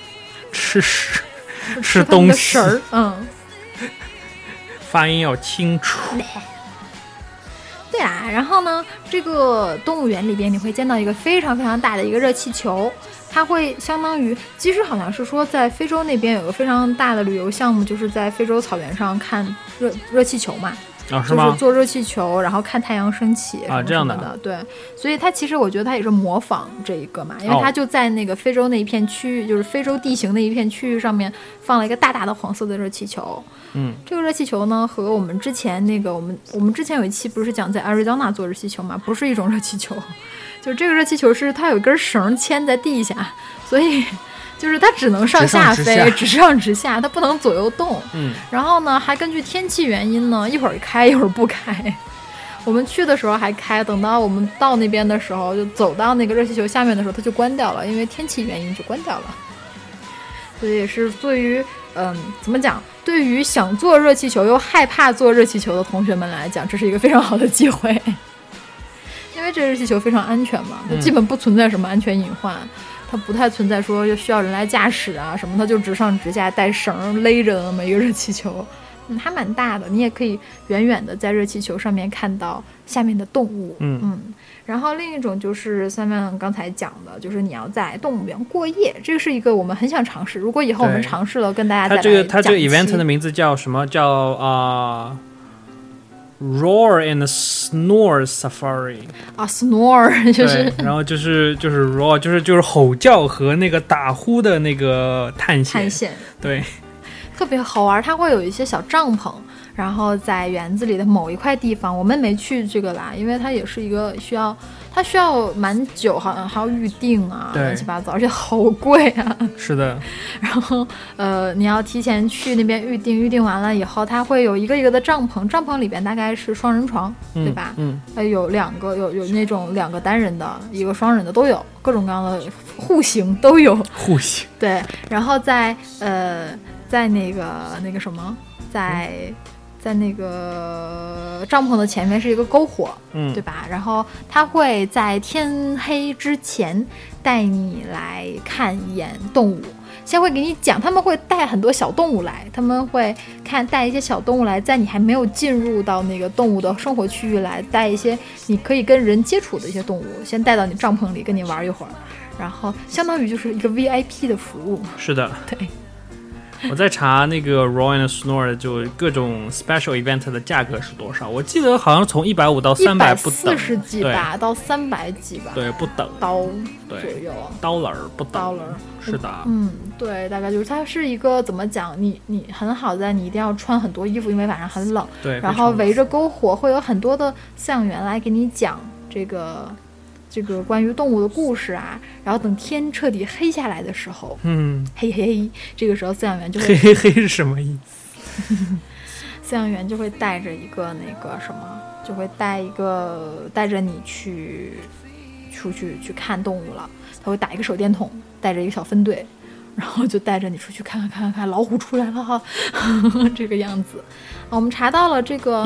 吃东西。 发音要清楚。 对啊，然后呢，这个动物园里边你会见到一个非常非常大的一个热气球，它会相当于，其实好像是说在非洲那边有个非常大的旅游项目，就是在非洲草原上看热气球嘛。 是吗？ 就是坐热气球，然后看太阳升起这样的。对，所以它其实我觉得它也是模仿这一个嘛，因为它就在那个非洲那一片区域，就是非洲地形的一片区域上面放了一个大大的黄色的热气球。这个热气球呢和我们之前那个我们之前有一期不是讲在 Arizona 做热气球嘛，不是一种热气球，就这个热气球是它有一根绳牵在地下，所以就是它只能上下飞，直上直下，它不能左右动。然后呢，还根据天气原因呢，一会儿开一会儿不开。我们去的时候还开，等到我们到那边的时候，就走到那个热气球下面的时候，它就关掉了，因为天气原因就关掉了。所以也是对于怎么讲？对于想坐热气球又害怕坐热气球的同学们来讲，这是一个非常好的机会，因为这热气球非常安全嘛，它基本不存在什么安全隐患。 它不太存在说需要人来驾驶啊什么，它就直上直下带绳勒着的那么一个热气球。还蛮大的，你也可以远远的在热气球上面看到下面的动物。然后另一种就是像刚才讲的，就是你要在动物园过夜，这个是一个我们很想尝试。如果以后我们尝试了，跟大家再来讲。 它这个 event 的名字叫什么？叫Roar and Snore Safari 啊 ，Snore 就是， 然后就是 Roar 就是吼叫和那个打呼的那个探险，对。 特别好玩，它会有一些小帐篷，然后在园子里的某一块地方，我们没去这个啦，因为它也是一个需要蛮久，好像还要预定啊，乱七八糟，而且好贵啊。 是的。 然后你要提前去那边预定完了以后，它会有一个一个的帐篷里边大概是双人床，对吧？有2个，有那种2个单人的，一个双人的都有，各种各样的户型都有。户型。对，然后在那个什么，在那个帐篷的前面是一个篝火，对吧？然后他会在天黑之前带你来看一眼动物，先会给你讲，他们会带很多小动物来，他们会带一些小动物来，在你还没有进入到那个动物的生活区域来，带一些你可以跟人接触的一些动物，先带到你帐篷里跟你玩一会儿，然后相当于就是一个 VIP 的服务。 是的， 对。 我在查那个 Roar and Snore 就各种 special event 的价格是多少，我记得好像从150到300不等 ，140几吧到300几吧， 对，不等刀左右 ，dollar 不等，dollar 是的， 对，大概就是它是一个怎么讲，你很好在你一定要穿很多衣服，因为晚上很冷， 对， 然后围着篝火会有很多的饲养员来给你讲这个关于动物的故事啊，然后等天彻底黑下来的时候，嘿嘿嘿，这个时候饲养员就会嘿嘿嘿是什么意思？ 饲养员就会带着一个那个什么，就会带着你出去看动物了，他会打一个手电筒，带着一个小分队，然后就带着你出去看老虎出来了哈，这个样子。我们查到了这个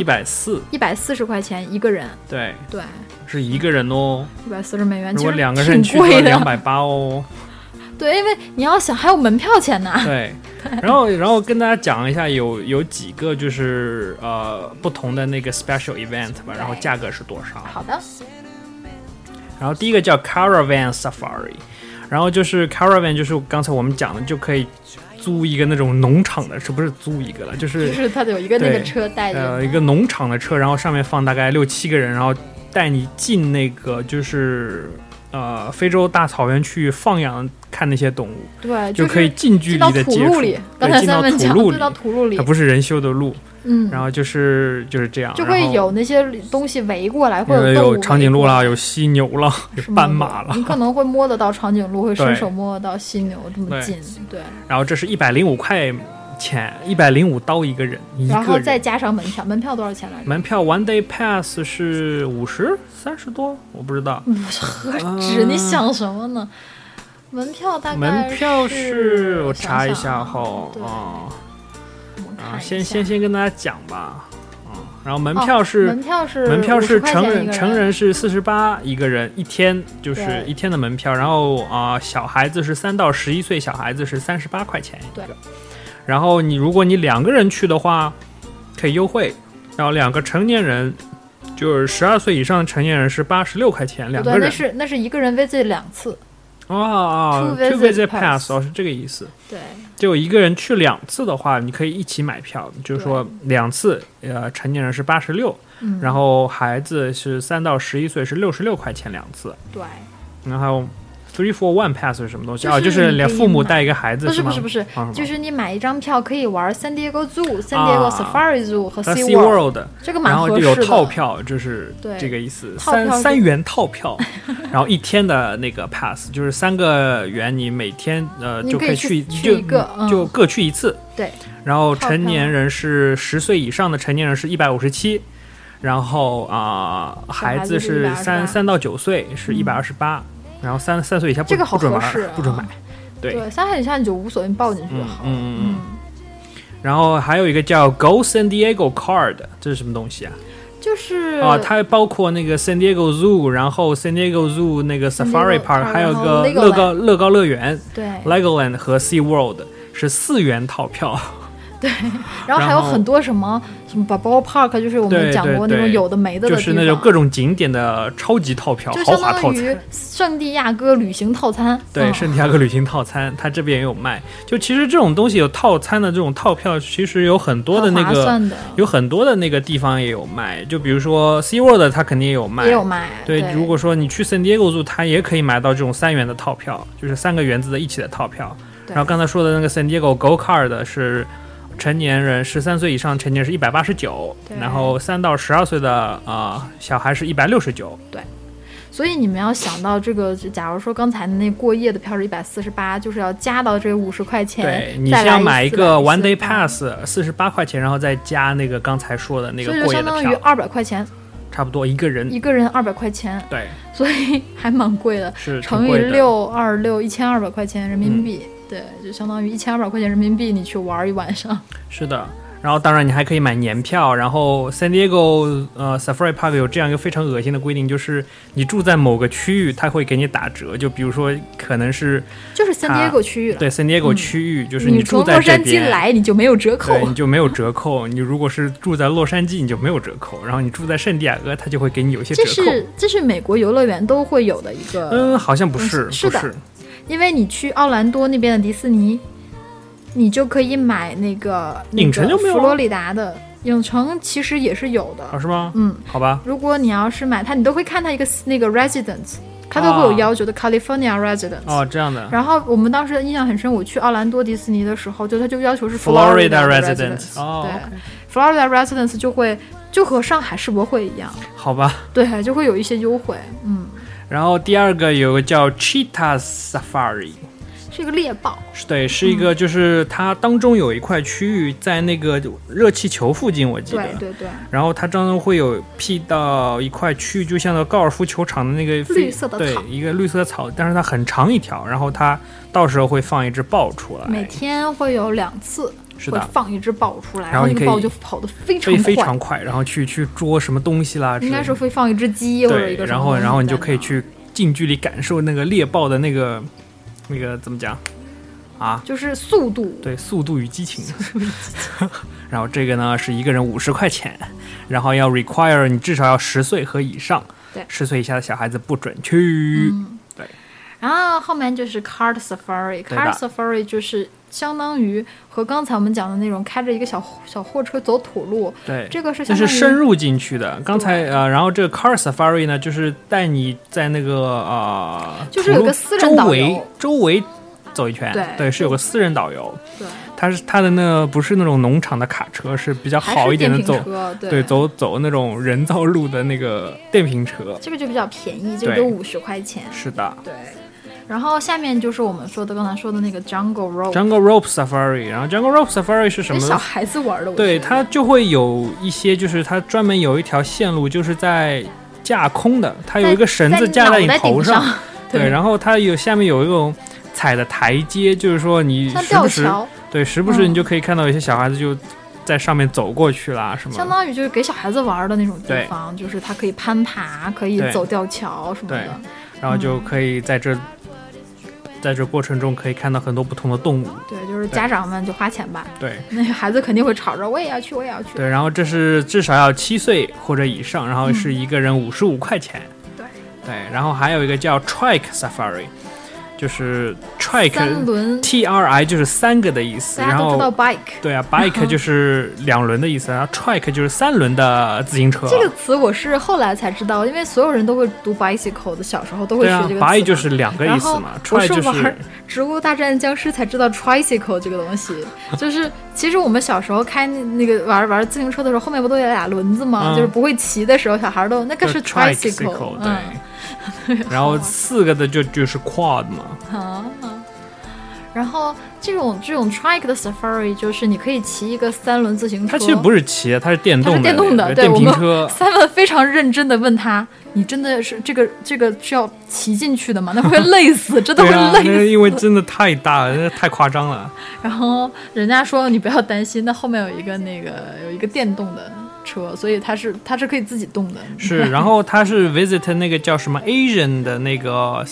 140块钱一个人， 对， 是一个人哦 ，140美元， 如果2个人去就280哦。 对，因为你要想还有门票钱呢。 对，然后跟大家讲一下有几个就是不同的那个 special event 吧，然后价格是多少？ 好的。 然后第一个叫 Caravan Safari， 然后就是 Caravan 就是刚才我们讲的，就可以租一个那种农场的车，不是租一个了，就是它有一个那个车带着， 一个农场的车，然后上面放大概6-7个人，然后带你进那个就是非洲大草原去放养看那些动物， 对， 就可以近距离的接触，进到土路里， 它不是人修的路。然后就是这样， 就会有那些东西围过来，会有长颈鹿啦，有犀牛啦，有斑马啦， 你可能会摸得到长颈鹿，会伸手摸得到犀牛这么近，对。 然后这是105块钱，105刀一个人， 然后再加上门票多少钱来着？ 门票 One Day Pass 是50-30多，我不知道。 何止？你想什么呢？门票大概是我查一下后先跟大家讲吧，然后门票是成人是48一个人，一天就是一天的门票，然后小孩子是3到11岁，小孩子是38块钱一个，然后如果你2个人去的话可以优惠，然后2个成年人就是12岁以上的成年人是86块钱2个人， 那是一个人 visit 2次。 two visit pass 是这个意思。 对， 就一个人去2次的话，你可以一起买票，就是说2次，成年人是86，然后孩子是3到11岁是66块钱2次。 对， 然后3-for-1 pass 是什么东西？就是连父母带一个孩子是吗？ 不是，就是你买一张票可以玩 San Diego Zoo、San Diego Safari Zoo 和 Sea World， 这个蛮合适的。 然后就有套票，就是这个意思，3元套票，然后1天的那个 pass 就是3个元，你每天就可以去就各去1次。 对。 然后成年人是10岁以上的成年人是157，然后孩子是3到9岁是128。然后3岁以下这个好合适，不准买。对 ，3岁以下你就无所谓，抱进去就好。 然后还有一个叫 Go San Diego Card， 这是什么东西啊？ 就是它包括那个 San Diego Zoo， 然后 San Diego Zoo 那个 Safari Park， 还有一个乐高乐园， 对 Legoland 和 Sea World 是4元套票。 对，然后还有很多什么 Balboa Park， 就是我们讲过那种有的没的就是那种各种景点的超级套票，豪华套餐，就相当于圣地亚哥旅行套餐。 对，圣地亚哥旅行套餐，它这边也有卖。就其实这种东西有套餐的这种套票，其实有很多的那个，有很多的那个地方也有卖。就比如说 Sea World， 它肯定也有卖， 也有卖。 对，如果说你去 San Diego Zoo， 它也可以买到这种3元的套票，就是3个园子的一起的套票。然后刚才说的那个 San Diego Go Kart 是。成年人13岁以上成年人是189，然后3到12岁的小孩是169。 对，所以你们要想到这个，假如说刚才那过夜的票是148，就是要加到这50块钱。 对，你先买一个 One Day Pass 48块钱，然后再加那个刚才说的那个过夜的票， 所以就相当于200块钱， 差不多一个人 200块钱。 对， 所以还蛮贵的， 是乘以6，1261,200块钱人民币。对，就相当于1200块钱人民币，你去玩一晚上。 是的，然后当然你还可以买年票。然后 San Diego Safari Park 有这样一个非常恶心的规定，就是你住在某个区域，它会给你打折。就比如说，可能是就是 San Diego 区域了。 对 San Diego 区域，就是你住在这边， 你从洛杉矶来你就没有折扣， 对，你就没有折扣。你如果是住在洛杉矶，你就没有折扣。然后你住在圣地亚哥，它就会给你有一些折扣。 这是美国游乐园都会有的一个。 好像不是， 是的。因为你去奥兰多那边的迪士尼，你就可以买那个影城就没有， 佛罗里达的影城其实也是有的。 是吗？好吧。 如果你要是买它，你都会看它一个那个 residence， 它都会有要求的 California residence。 这样的。 然后我们当时印象很深，我去奥兰多迪士尼的时候，它就要求是 Florida residence。 对，Florida residence 就和上海世博会一样。 好吧。 对，就会有一些优惠。 然后第二个有个叫 Cheetah Safari， 是一个猎豹。 对，是一个，就是它当中有一块区域在那个热气球附近，我记得。 对。 然后它当中会有辟到一块区域，就像那高尔夫球场的那个绿色的草， 对，一个绿色的草，但是它很长一条，然后它到时候会放一只豹出来， 每天会有2次。 是的， 会放一只豹出来， 然后那个豹就跑得非常快， 然后去捉什么东西啦。 应该是会放一只鸡或者一个什么， 然后你就可以去近距离感受那个猎豹的那个怎么讲啊？ 就是速度。 对，速度与激情。然后这个呢是一个人50块钱，然后要 require 你至少要10岁和以上， 对 ，10岁以下的小孩子不准去。对。 然后后面就是 Kart Safari，Kart Safari 就是相当于和刚才我们讲的那种开着一个小货车走土路， 对， 这个是深入进去的。刚才然后这个 Kart Safari 呢，就是带你在那个就是有个私人导游周围走一圈， 对， 是有个私人导游， 对， 他的那不是那种农场的卡车，是比较好一点的走那种人造路的那个电瓶车， 这个就比较便宜，这个都50块钱， 是的， 对。然后下面就是我们刚才说的那个 Jungle Rope Safari， 然后 Jungle Rope Safari 是什么？ 小孩子玩的。 对，它就会有一些，就是它专门有一条线路，就是在架空的，它有一个绳子架在你头上，对，然后它下面有一种踩的台阶，就是说你时不时你就可以看到有些小孩子就在上面走过去啦，什么？ 相当于就是给小孩子玩的那种地方，就是它可以攀爬，可以走吊桥什么的， 然后就可以在这过程中可以看到很多不同的动物。 对，就是家长们就花钱吧。 对， 那孩子肯定会吵着我也要去。 对，然后这是至少要7岁或者以上，然后是一个人55块钱。对，然后还有一个叫 Trike Safari， 就是 Trike 3轮 TRI 就是3个的意思， 大家都知道 bike。 对啊，bike 就是2轮的意思，然后 Trike 就是3轮的自行车。 这个词我是后来才知道，因为所有人都会读 bicycle 的，小时候都会学这个词。 bike 就是2个意思嘛。 我是玩植物大战僵尸才知道 tricycle 这个东西，就是其实我们小时候开那个玩自行车的时候，后面不都有2轮子吗？就是不会骑的时候，小孩都那个是 tricycle， 对。然后4个的就是 quad 嘛。 然后这种 trike 的 safari 就是你可以骑一个3轮自行车， 它其实不是骑，它是电动的， 对， 电瓶车。 Simon 非常认真的问他：“你真的是这个是要骑进去的吗？那会累死，真的会累死。” 因为真的太大了，太夸张了。 然后人家说你不要担心，那后面有一个电动的。 车，所以它是可以自己动的。 是，然后它是 visit 那个叫什么 Asian 的那个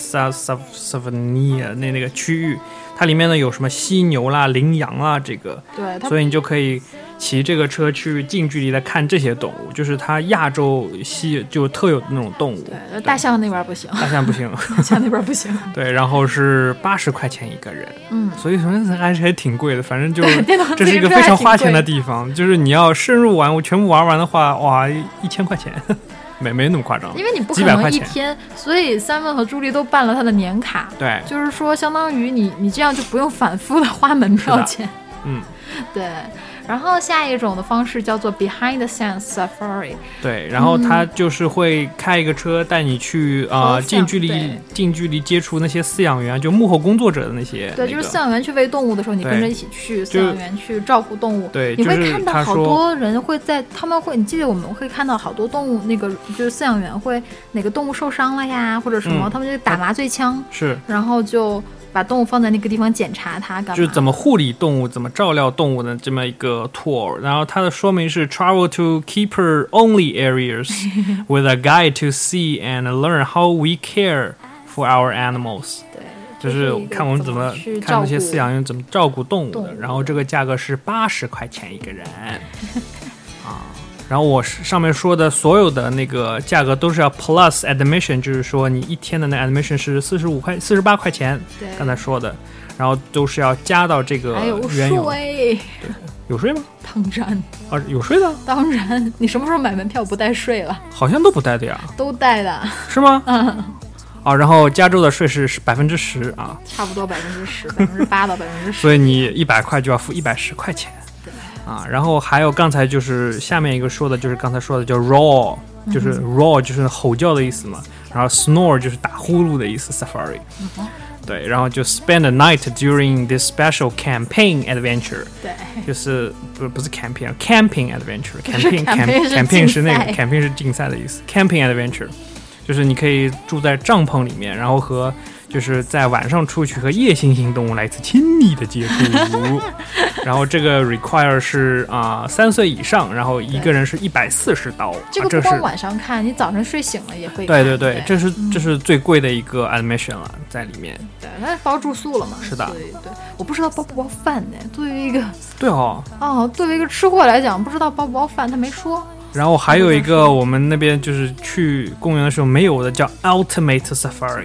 Savania 那个区域，它里面呢有什么犀牛啦、羚羊啦，这个， 对， 所以你就可以骑这个车去近距离的看这些动物，就是它亚洲就特有的那种动物。 对，大象那边不行， 大象不行， 大象那边不行。 对，然后是80块钱一个人，所以说还挺贵的，反正就这是一个非常花钱的地方，就是你要深入玩，我全部玩完的话，哇，1000块钱。没那么夸张， 因为你不可能一天，所以Simon和朱莉都办了他的年卡， 对， 就是说相当于你这样就不用反复的花门票钱，对。然后下一种的方式叫做 Behind the Scenes Safari， 对，然后他就是会开一个车带你去近距离接触那些饲养员，就幕后工作者的那些， 对，就是饲养员去喂动物的时候，你跟着一起去，饲养员去照顾动物， 对， 你会看到好多人会你记得我们会看到好多动物，那个就是饲养员会哪个动物受伤了呀，或者什么，他们就打麻醉枪， 是， 然后就把动物放在那个地方检查它，干嘛？ 就是怎么护理动物、怎么照料动物的这么一个 tour。然后它的说明是 travel to keeper only areas with a guide to see and learn how we care for our animals。 对， 就是看我们怎么看这些饲养员怎么照顾动物的。然后这个价格是80块钱一个人啊。然后我上面说的所有的那个价格都是要 plus admission， 就是说你一天的那 admission 是48块钱，刚才说的，然后都是要加到这个原有。 还有税， 有税吗？ 当然啊，有税的。 当然，你什么时候买门票不带税了？ 好像都不带的呀。 都带的。 是吗？然后加州的税是10%啊， 差不多10%，8%到10%。 所以你100块就要付110块钱。然后还有刚才就是下面一个说的，就是刚才说的叫 roar， 就是 roar 就是吼叫的意思嘛，然后 snore 就是打呼噜的意思 safari，对，然后就 spend a night during this special camping adventure， 对， 就是不是 camping adventure，camping 是那个 camping 是竞赛的意思 ，camping adventure 就是你可以住在帐篷里面，然后就是在晚上出去和夜行性动物来一次亲密的接触，然后这个 require 是3岁以上，然后一个人是$140。 这个不光晚上看，你早上睡醒了也会看。 对对对，这是最贵的一个 admission 了，在里面。 对，它包住宿了嘛。 是的。 对，我不知道包不包饭呢。作为一个作为一个吃货来讲，不知道包不包饭，他没说。 然后还有一个我们那边就是去公园的时候没有的，叫 Ultimate Safari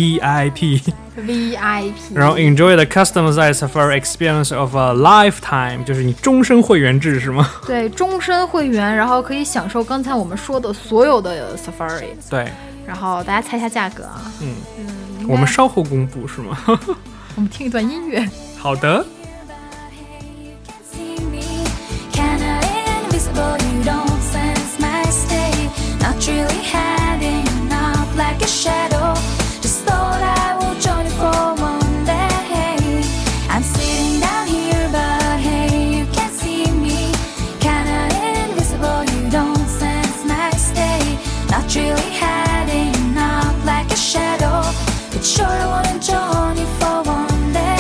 VIP。然后 enjoy the customized safari experience of a lifetime， 就是你终身会员制是吗？ 对，终身会员，然后可以享受刚才我们说的所有的 safari。 对。 然后大家猜一下价格啊。 我们稍后公布是吗？ 我们听一段音乐。 好的。 Not really hiding up like a shadow. Just thought I would join you for one day. I'm sitting down here, but hey, you can't see me. Kinda invisible, you don't sense my stay. Not really hiding up like a shadow. But sure I wanna join you for one day.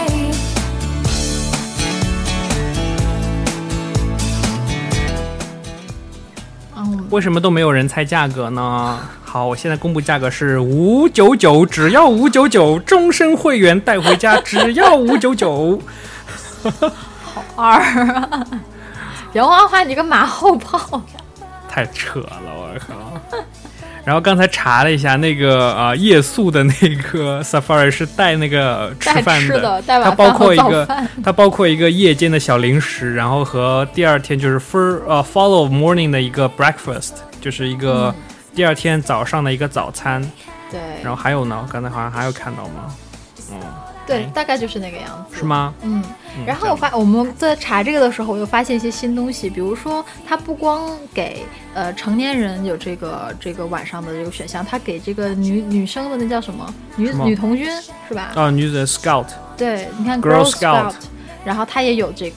为什么都没有人猜价格呢？好，我现在公布价格是599，只要599，终身会员带回家只要599。 好二啊！杨花花，你个马后炮！ 太扯了，我靠！然后刚才查了一下，那个夜宿的那个 safari 是带那个吃饭的，它包括一个夜间的小零食，然后和第二天就是 follow morning 的一个 breakfast， 就是一个第二天早上的一个早餐。 对。 然后还有呢，我刚才好像还有看到吗？ 对，大概就是那个样子。 是吗？ 然后我们在查这个的时候，我又发现一些新东西，比如说它不光给成年人有这个晚上的这个选项，它给这个女生的那叫什么女童军是吧？ 女子 Scout。 对，你看 Girl Scout， 然后它也有这个。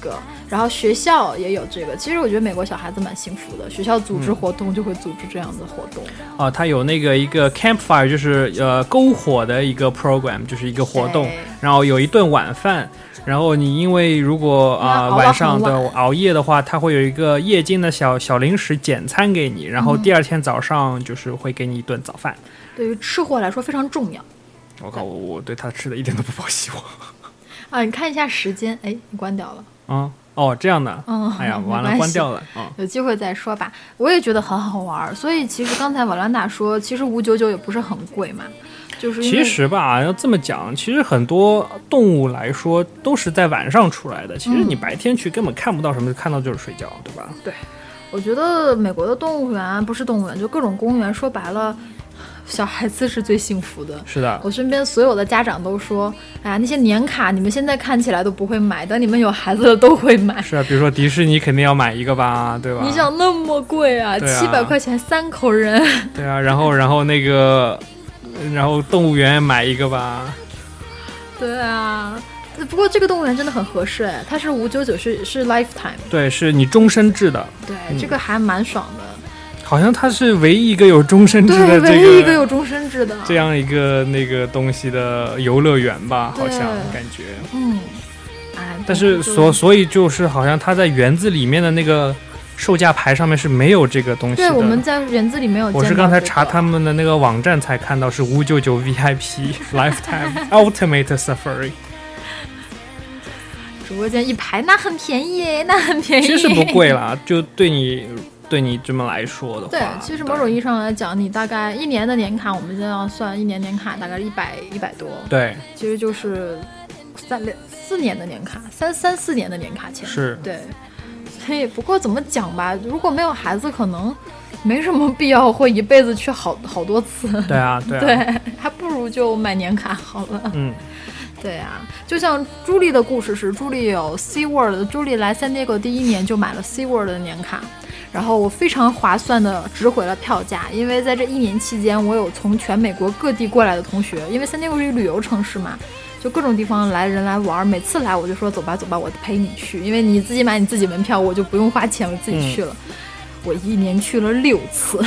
然后学校也有这个。其实我觉得美国小孩子蛮幸福的，学校组织活动就会组织这样的活动。 哦，它有那个一个 campfire， 就是篝火的一个 program， 就是一个活动，然后有一顿晚饭。然后你因为如果晚上的熬夜的话，它会有一个夜间的小零食简餐给你，然后第二天早上就是会给你一顿早饭。 对于吃货来说非常重要。 我靠，我对他吃的一点都不抱希望。 啊，你看一下时间，哎，你关掉了。 哦，这样的。哎呀，完了，关掉了。 有机会再说吧。我也觉得很好玩，所以其实刚才瓦兰达说，其实599也不是很贵嘛。就是其实吧，要这么讲，其实很多动物来说都是在晚上出来的。其实你白天去根本看不到什么，看到就是睡觉，对吧？ 对，我觉得美国的动物园不是动物园，就各种公园，说白了，小孩子是最幸福的。 是的， 我身边所有的家长都说，哎呀，那些年卡你们现在看起来都不会买，等你们有孩子了都会买。 是啊，比如说迪士尼肯定要买一个吧，对吧？ 你想那么贵啊，700块钱3口人。 对啊，然后那个。然后动物园买一个吧。 对啊，不过这个动物园真的很合适哎，它是599是 lifetime。对， 是你终身制的。 对，这个还蛮爽的。 好像它是唯一一个有终身制的， 唯一一个有终身制的这样一个那个东西的游乐园吧，好像感觉。但是所以就是好像它在园子里面的那个。售价牌上面是没有这个东西的。 对，我们在园子里没有见到。 我是刚才查他们的那个网站才看到是599 VIP Lifetime Ultimate Safari。 直播间一排，那很便宜，那很便宜。 其实不贵啦，就对你这么来说的话。 对，其实某种意义上来讲，你大概1年的年卡，我们现在要算1年年卡，大概100多。 对， 其实就是4年的年卡，3-4年的年卡钱。 是， 对。不过怎么讲吧，如果没有孩子，可能没什么必要会一辈子去好多次。 对啊， 对，还不如就买年卡好了。对啊，就像朱莉的故事是，朱莉有 SeaWorld， 朱莉来 San Diego 第1年就买了 SeaWorld 的年卡，然后我非常划算的值回了票价，因为在这1年期间，我有从全美国各地过来的同学，因为 San Diego 是一个旅游城市嘛。就各种地方人来玩，每次来我就说走吧，我陪你去，因为你自己买你自己门票，我就不用花钱，我自己去了。我1年去了6次。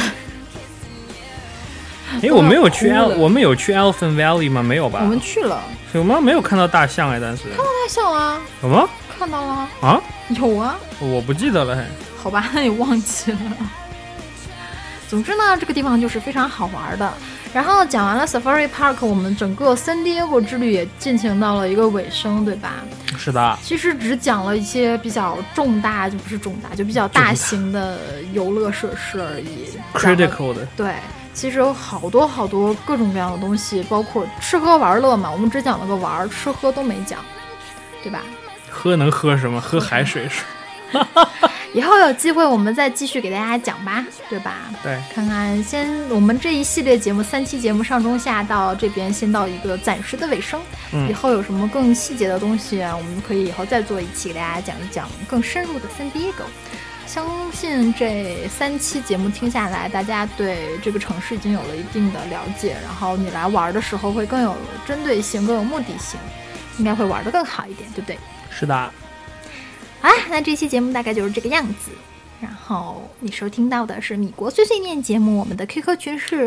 我们有去 Elephant Valley 吗？没有吧？ 我们去了。 有吗？没有看到大象哎，但是看到大象啊。 有吗？ 看到了啊？ 有啊。 我不记得了嘿。 好吧，那你忘记了。总之呢，这个地方就是非常好玩的。然后讲完了 Safari Park， 我们整个 San Diego 之旅也进行到了一个尾声，对吧？ 是的。 其实只讲了一些比较就比较大型的游乐设施而已。 Critical 的。 对，其实有好多各种各样的东西，包括吃喝玩乐嘛。我们只讲了个玩，吃喝都没讲，对吧？ 喝能喝什么？喝海水是。 以后有机会我们再继续给大家讲吧，对吧？ 对， 看看我们这一系列节目3期节目上中下到这边先到一个暂时的尾声。以后有什么更细节的东西我们可以以后再做一期给大家讲一讲更深入的 San Diego。相信这3期节目听下来，大家对这个城市已经有了一定的了解，然后你来玩的时候会更有针对性，更有目的性，应该会玩得更好一点，对不对？ 是的。 好啦，那这期节目大概就是这个样子。然后你收听到的是米国碎碎念节目，我们的 QQ 群是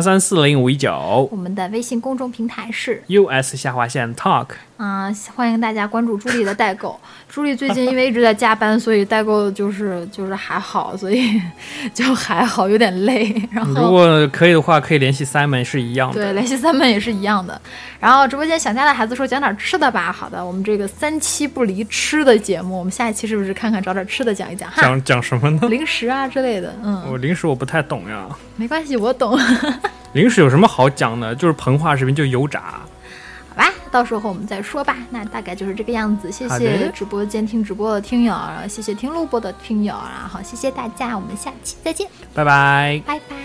3683401519， 我们的微信公众平台是 US_talk。 欢迎大家关注朱莉的代购。朱莉最近因为一直在加班，所以代购就是还好，所以就还好，有点累。然后如果可以的话，可以联系 Simon 是一样的。 对，联系 Simon 也是一样的。然后直播间想家的孩子说讲点吃的吧。好的，我们这个3期不离吃的节目，我们下一期是不是看看找点吃的讲一讲哈？ 讲什么呢？ 零食啊之类的。 零食我不太懂呀。 没关系，我懂。 零食有什么好讲的？就是膨化食品，就油炸。 好吧，到时候我们再说吧。那大概就是这个样子。谢谢直播间听直播的听友，然后谢谢听录播的听友，然后谢谢大家，我们下期再见， 拜拜， 拜拜。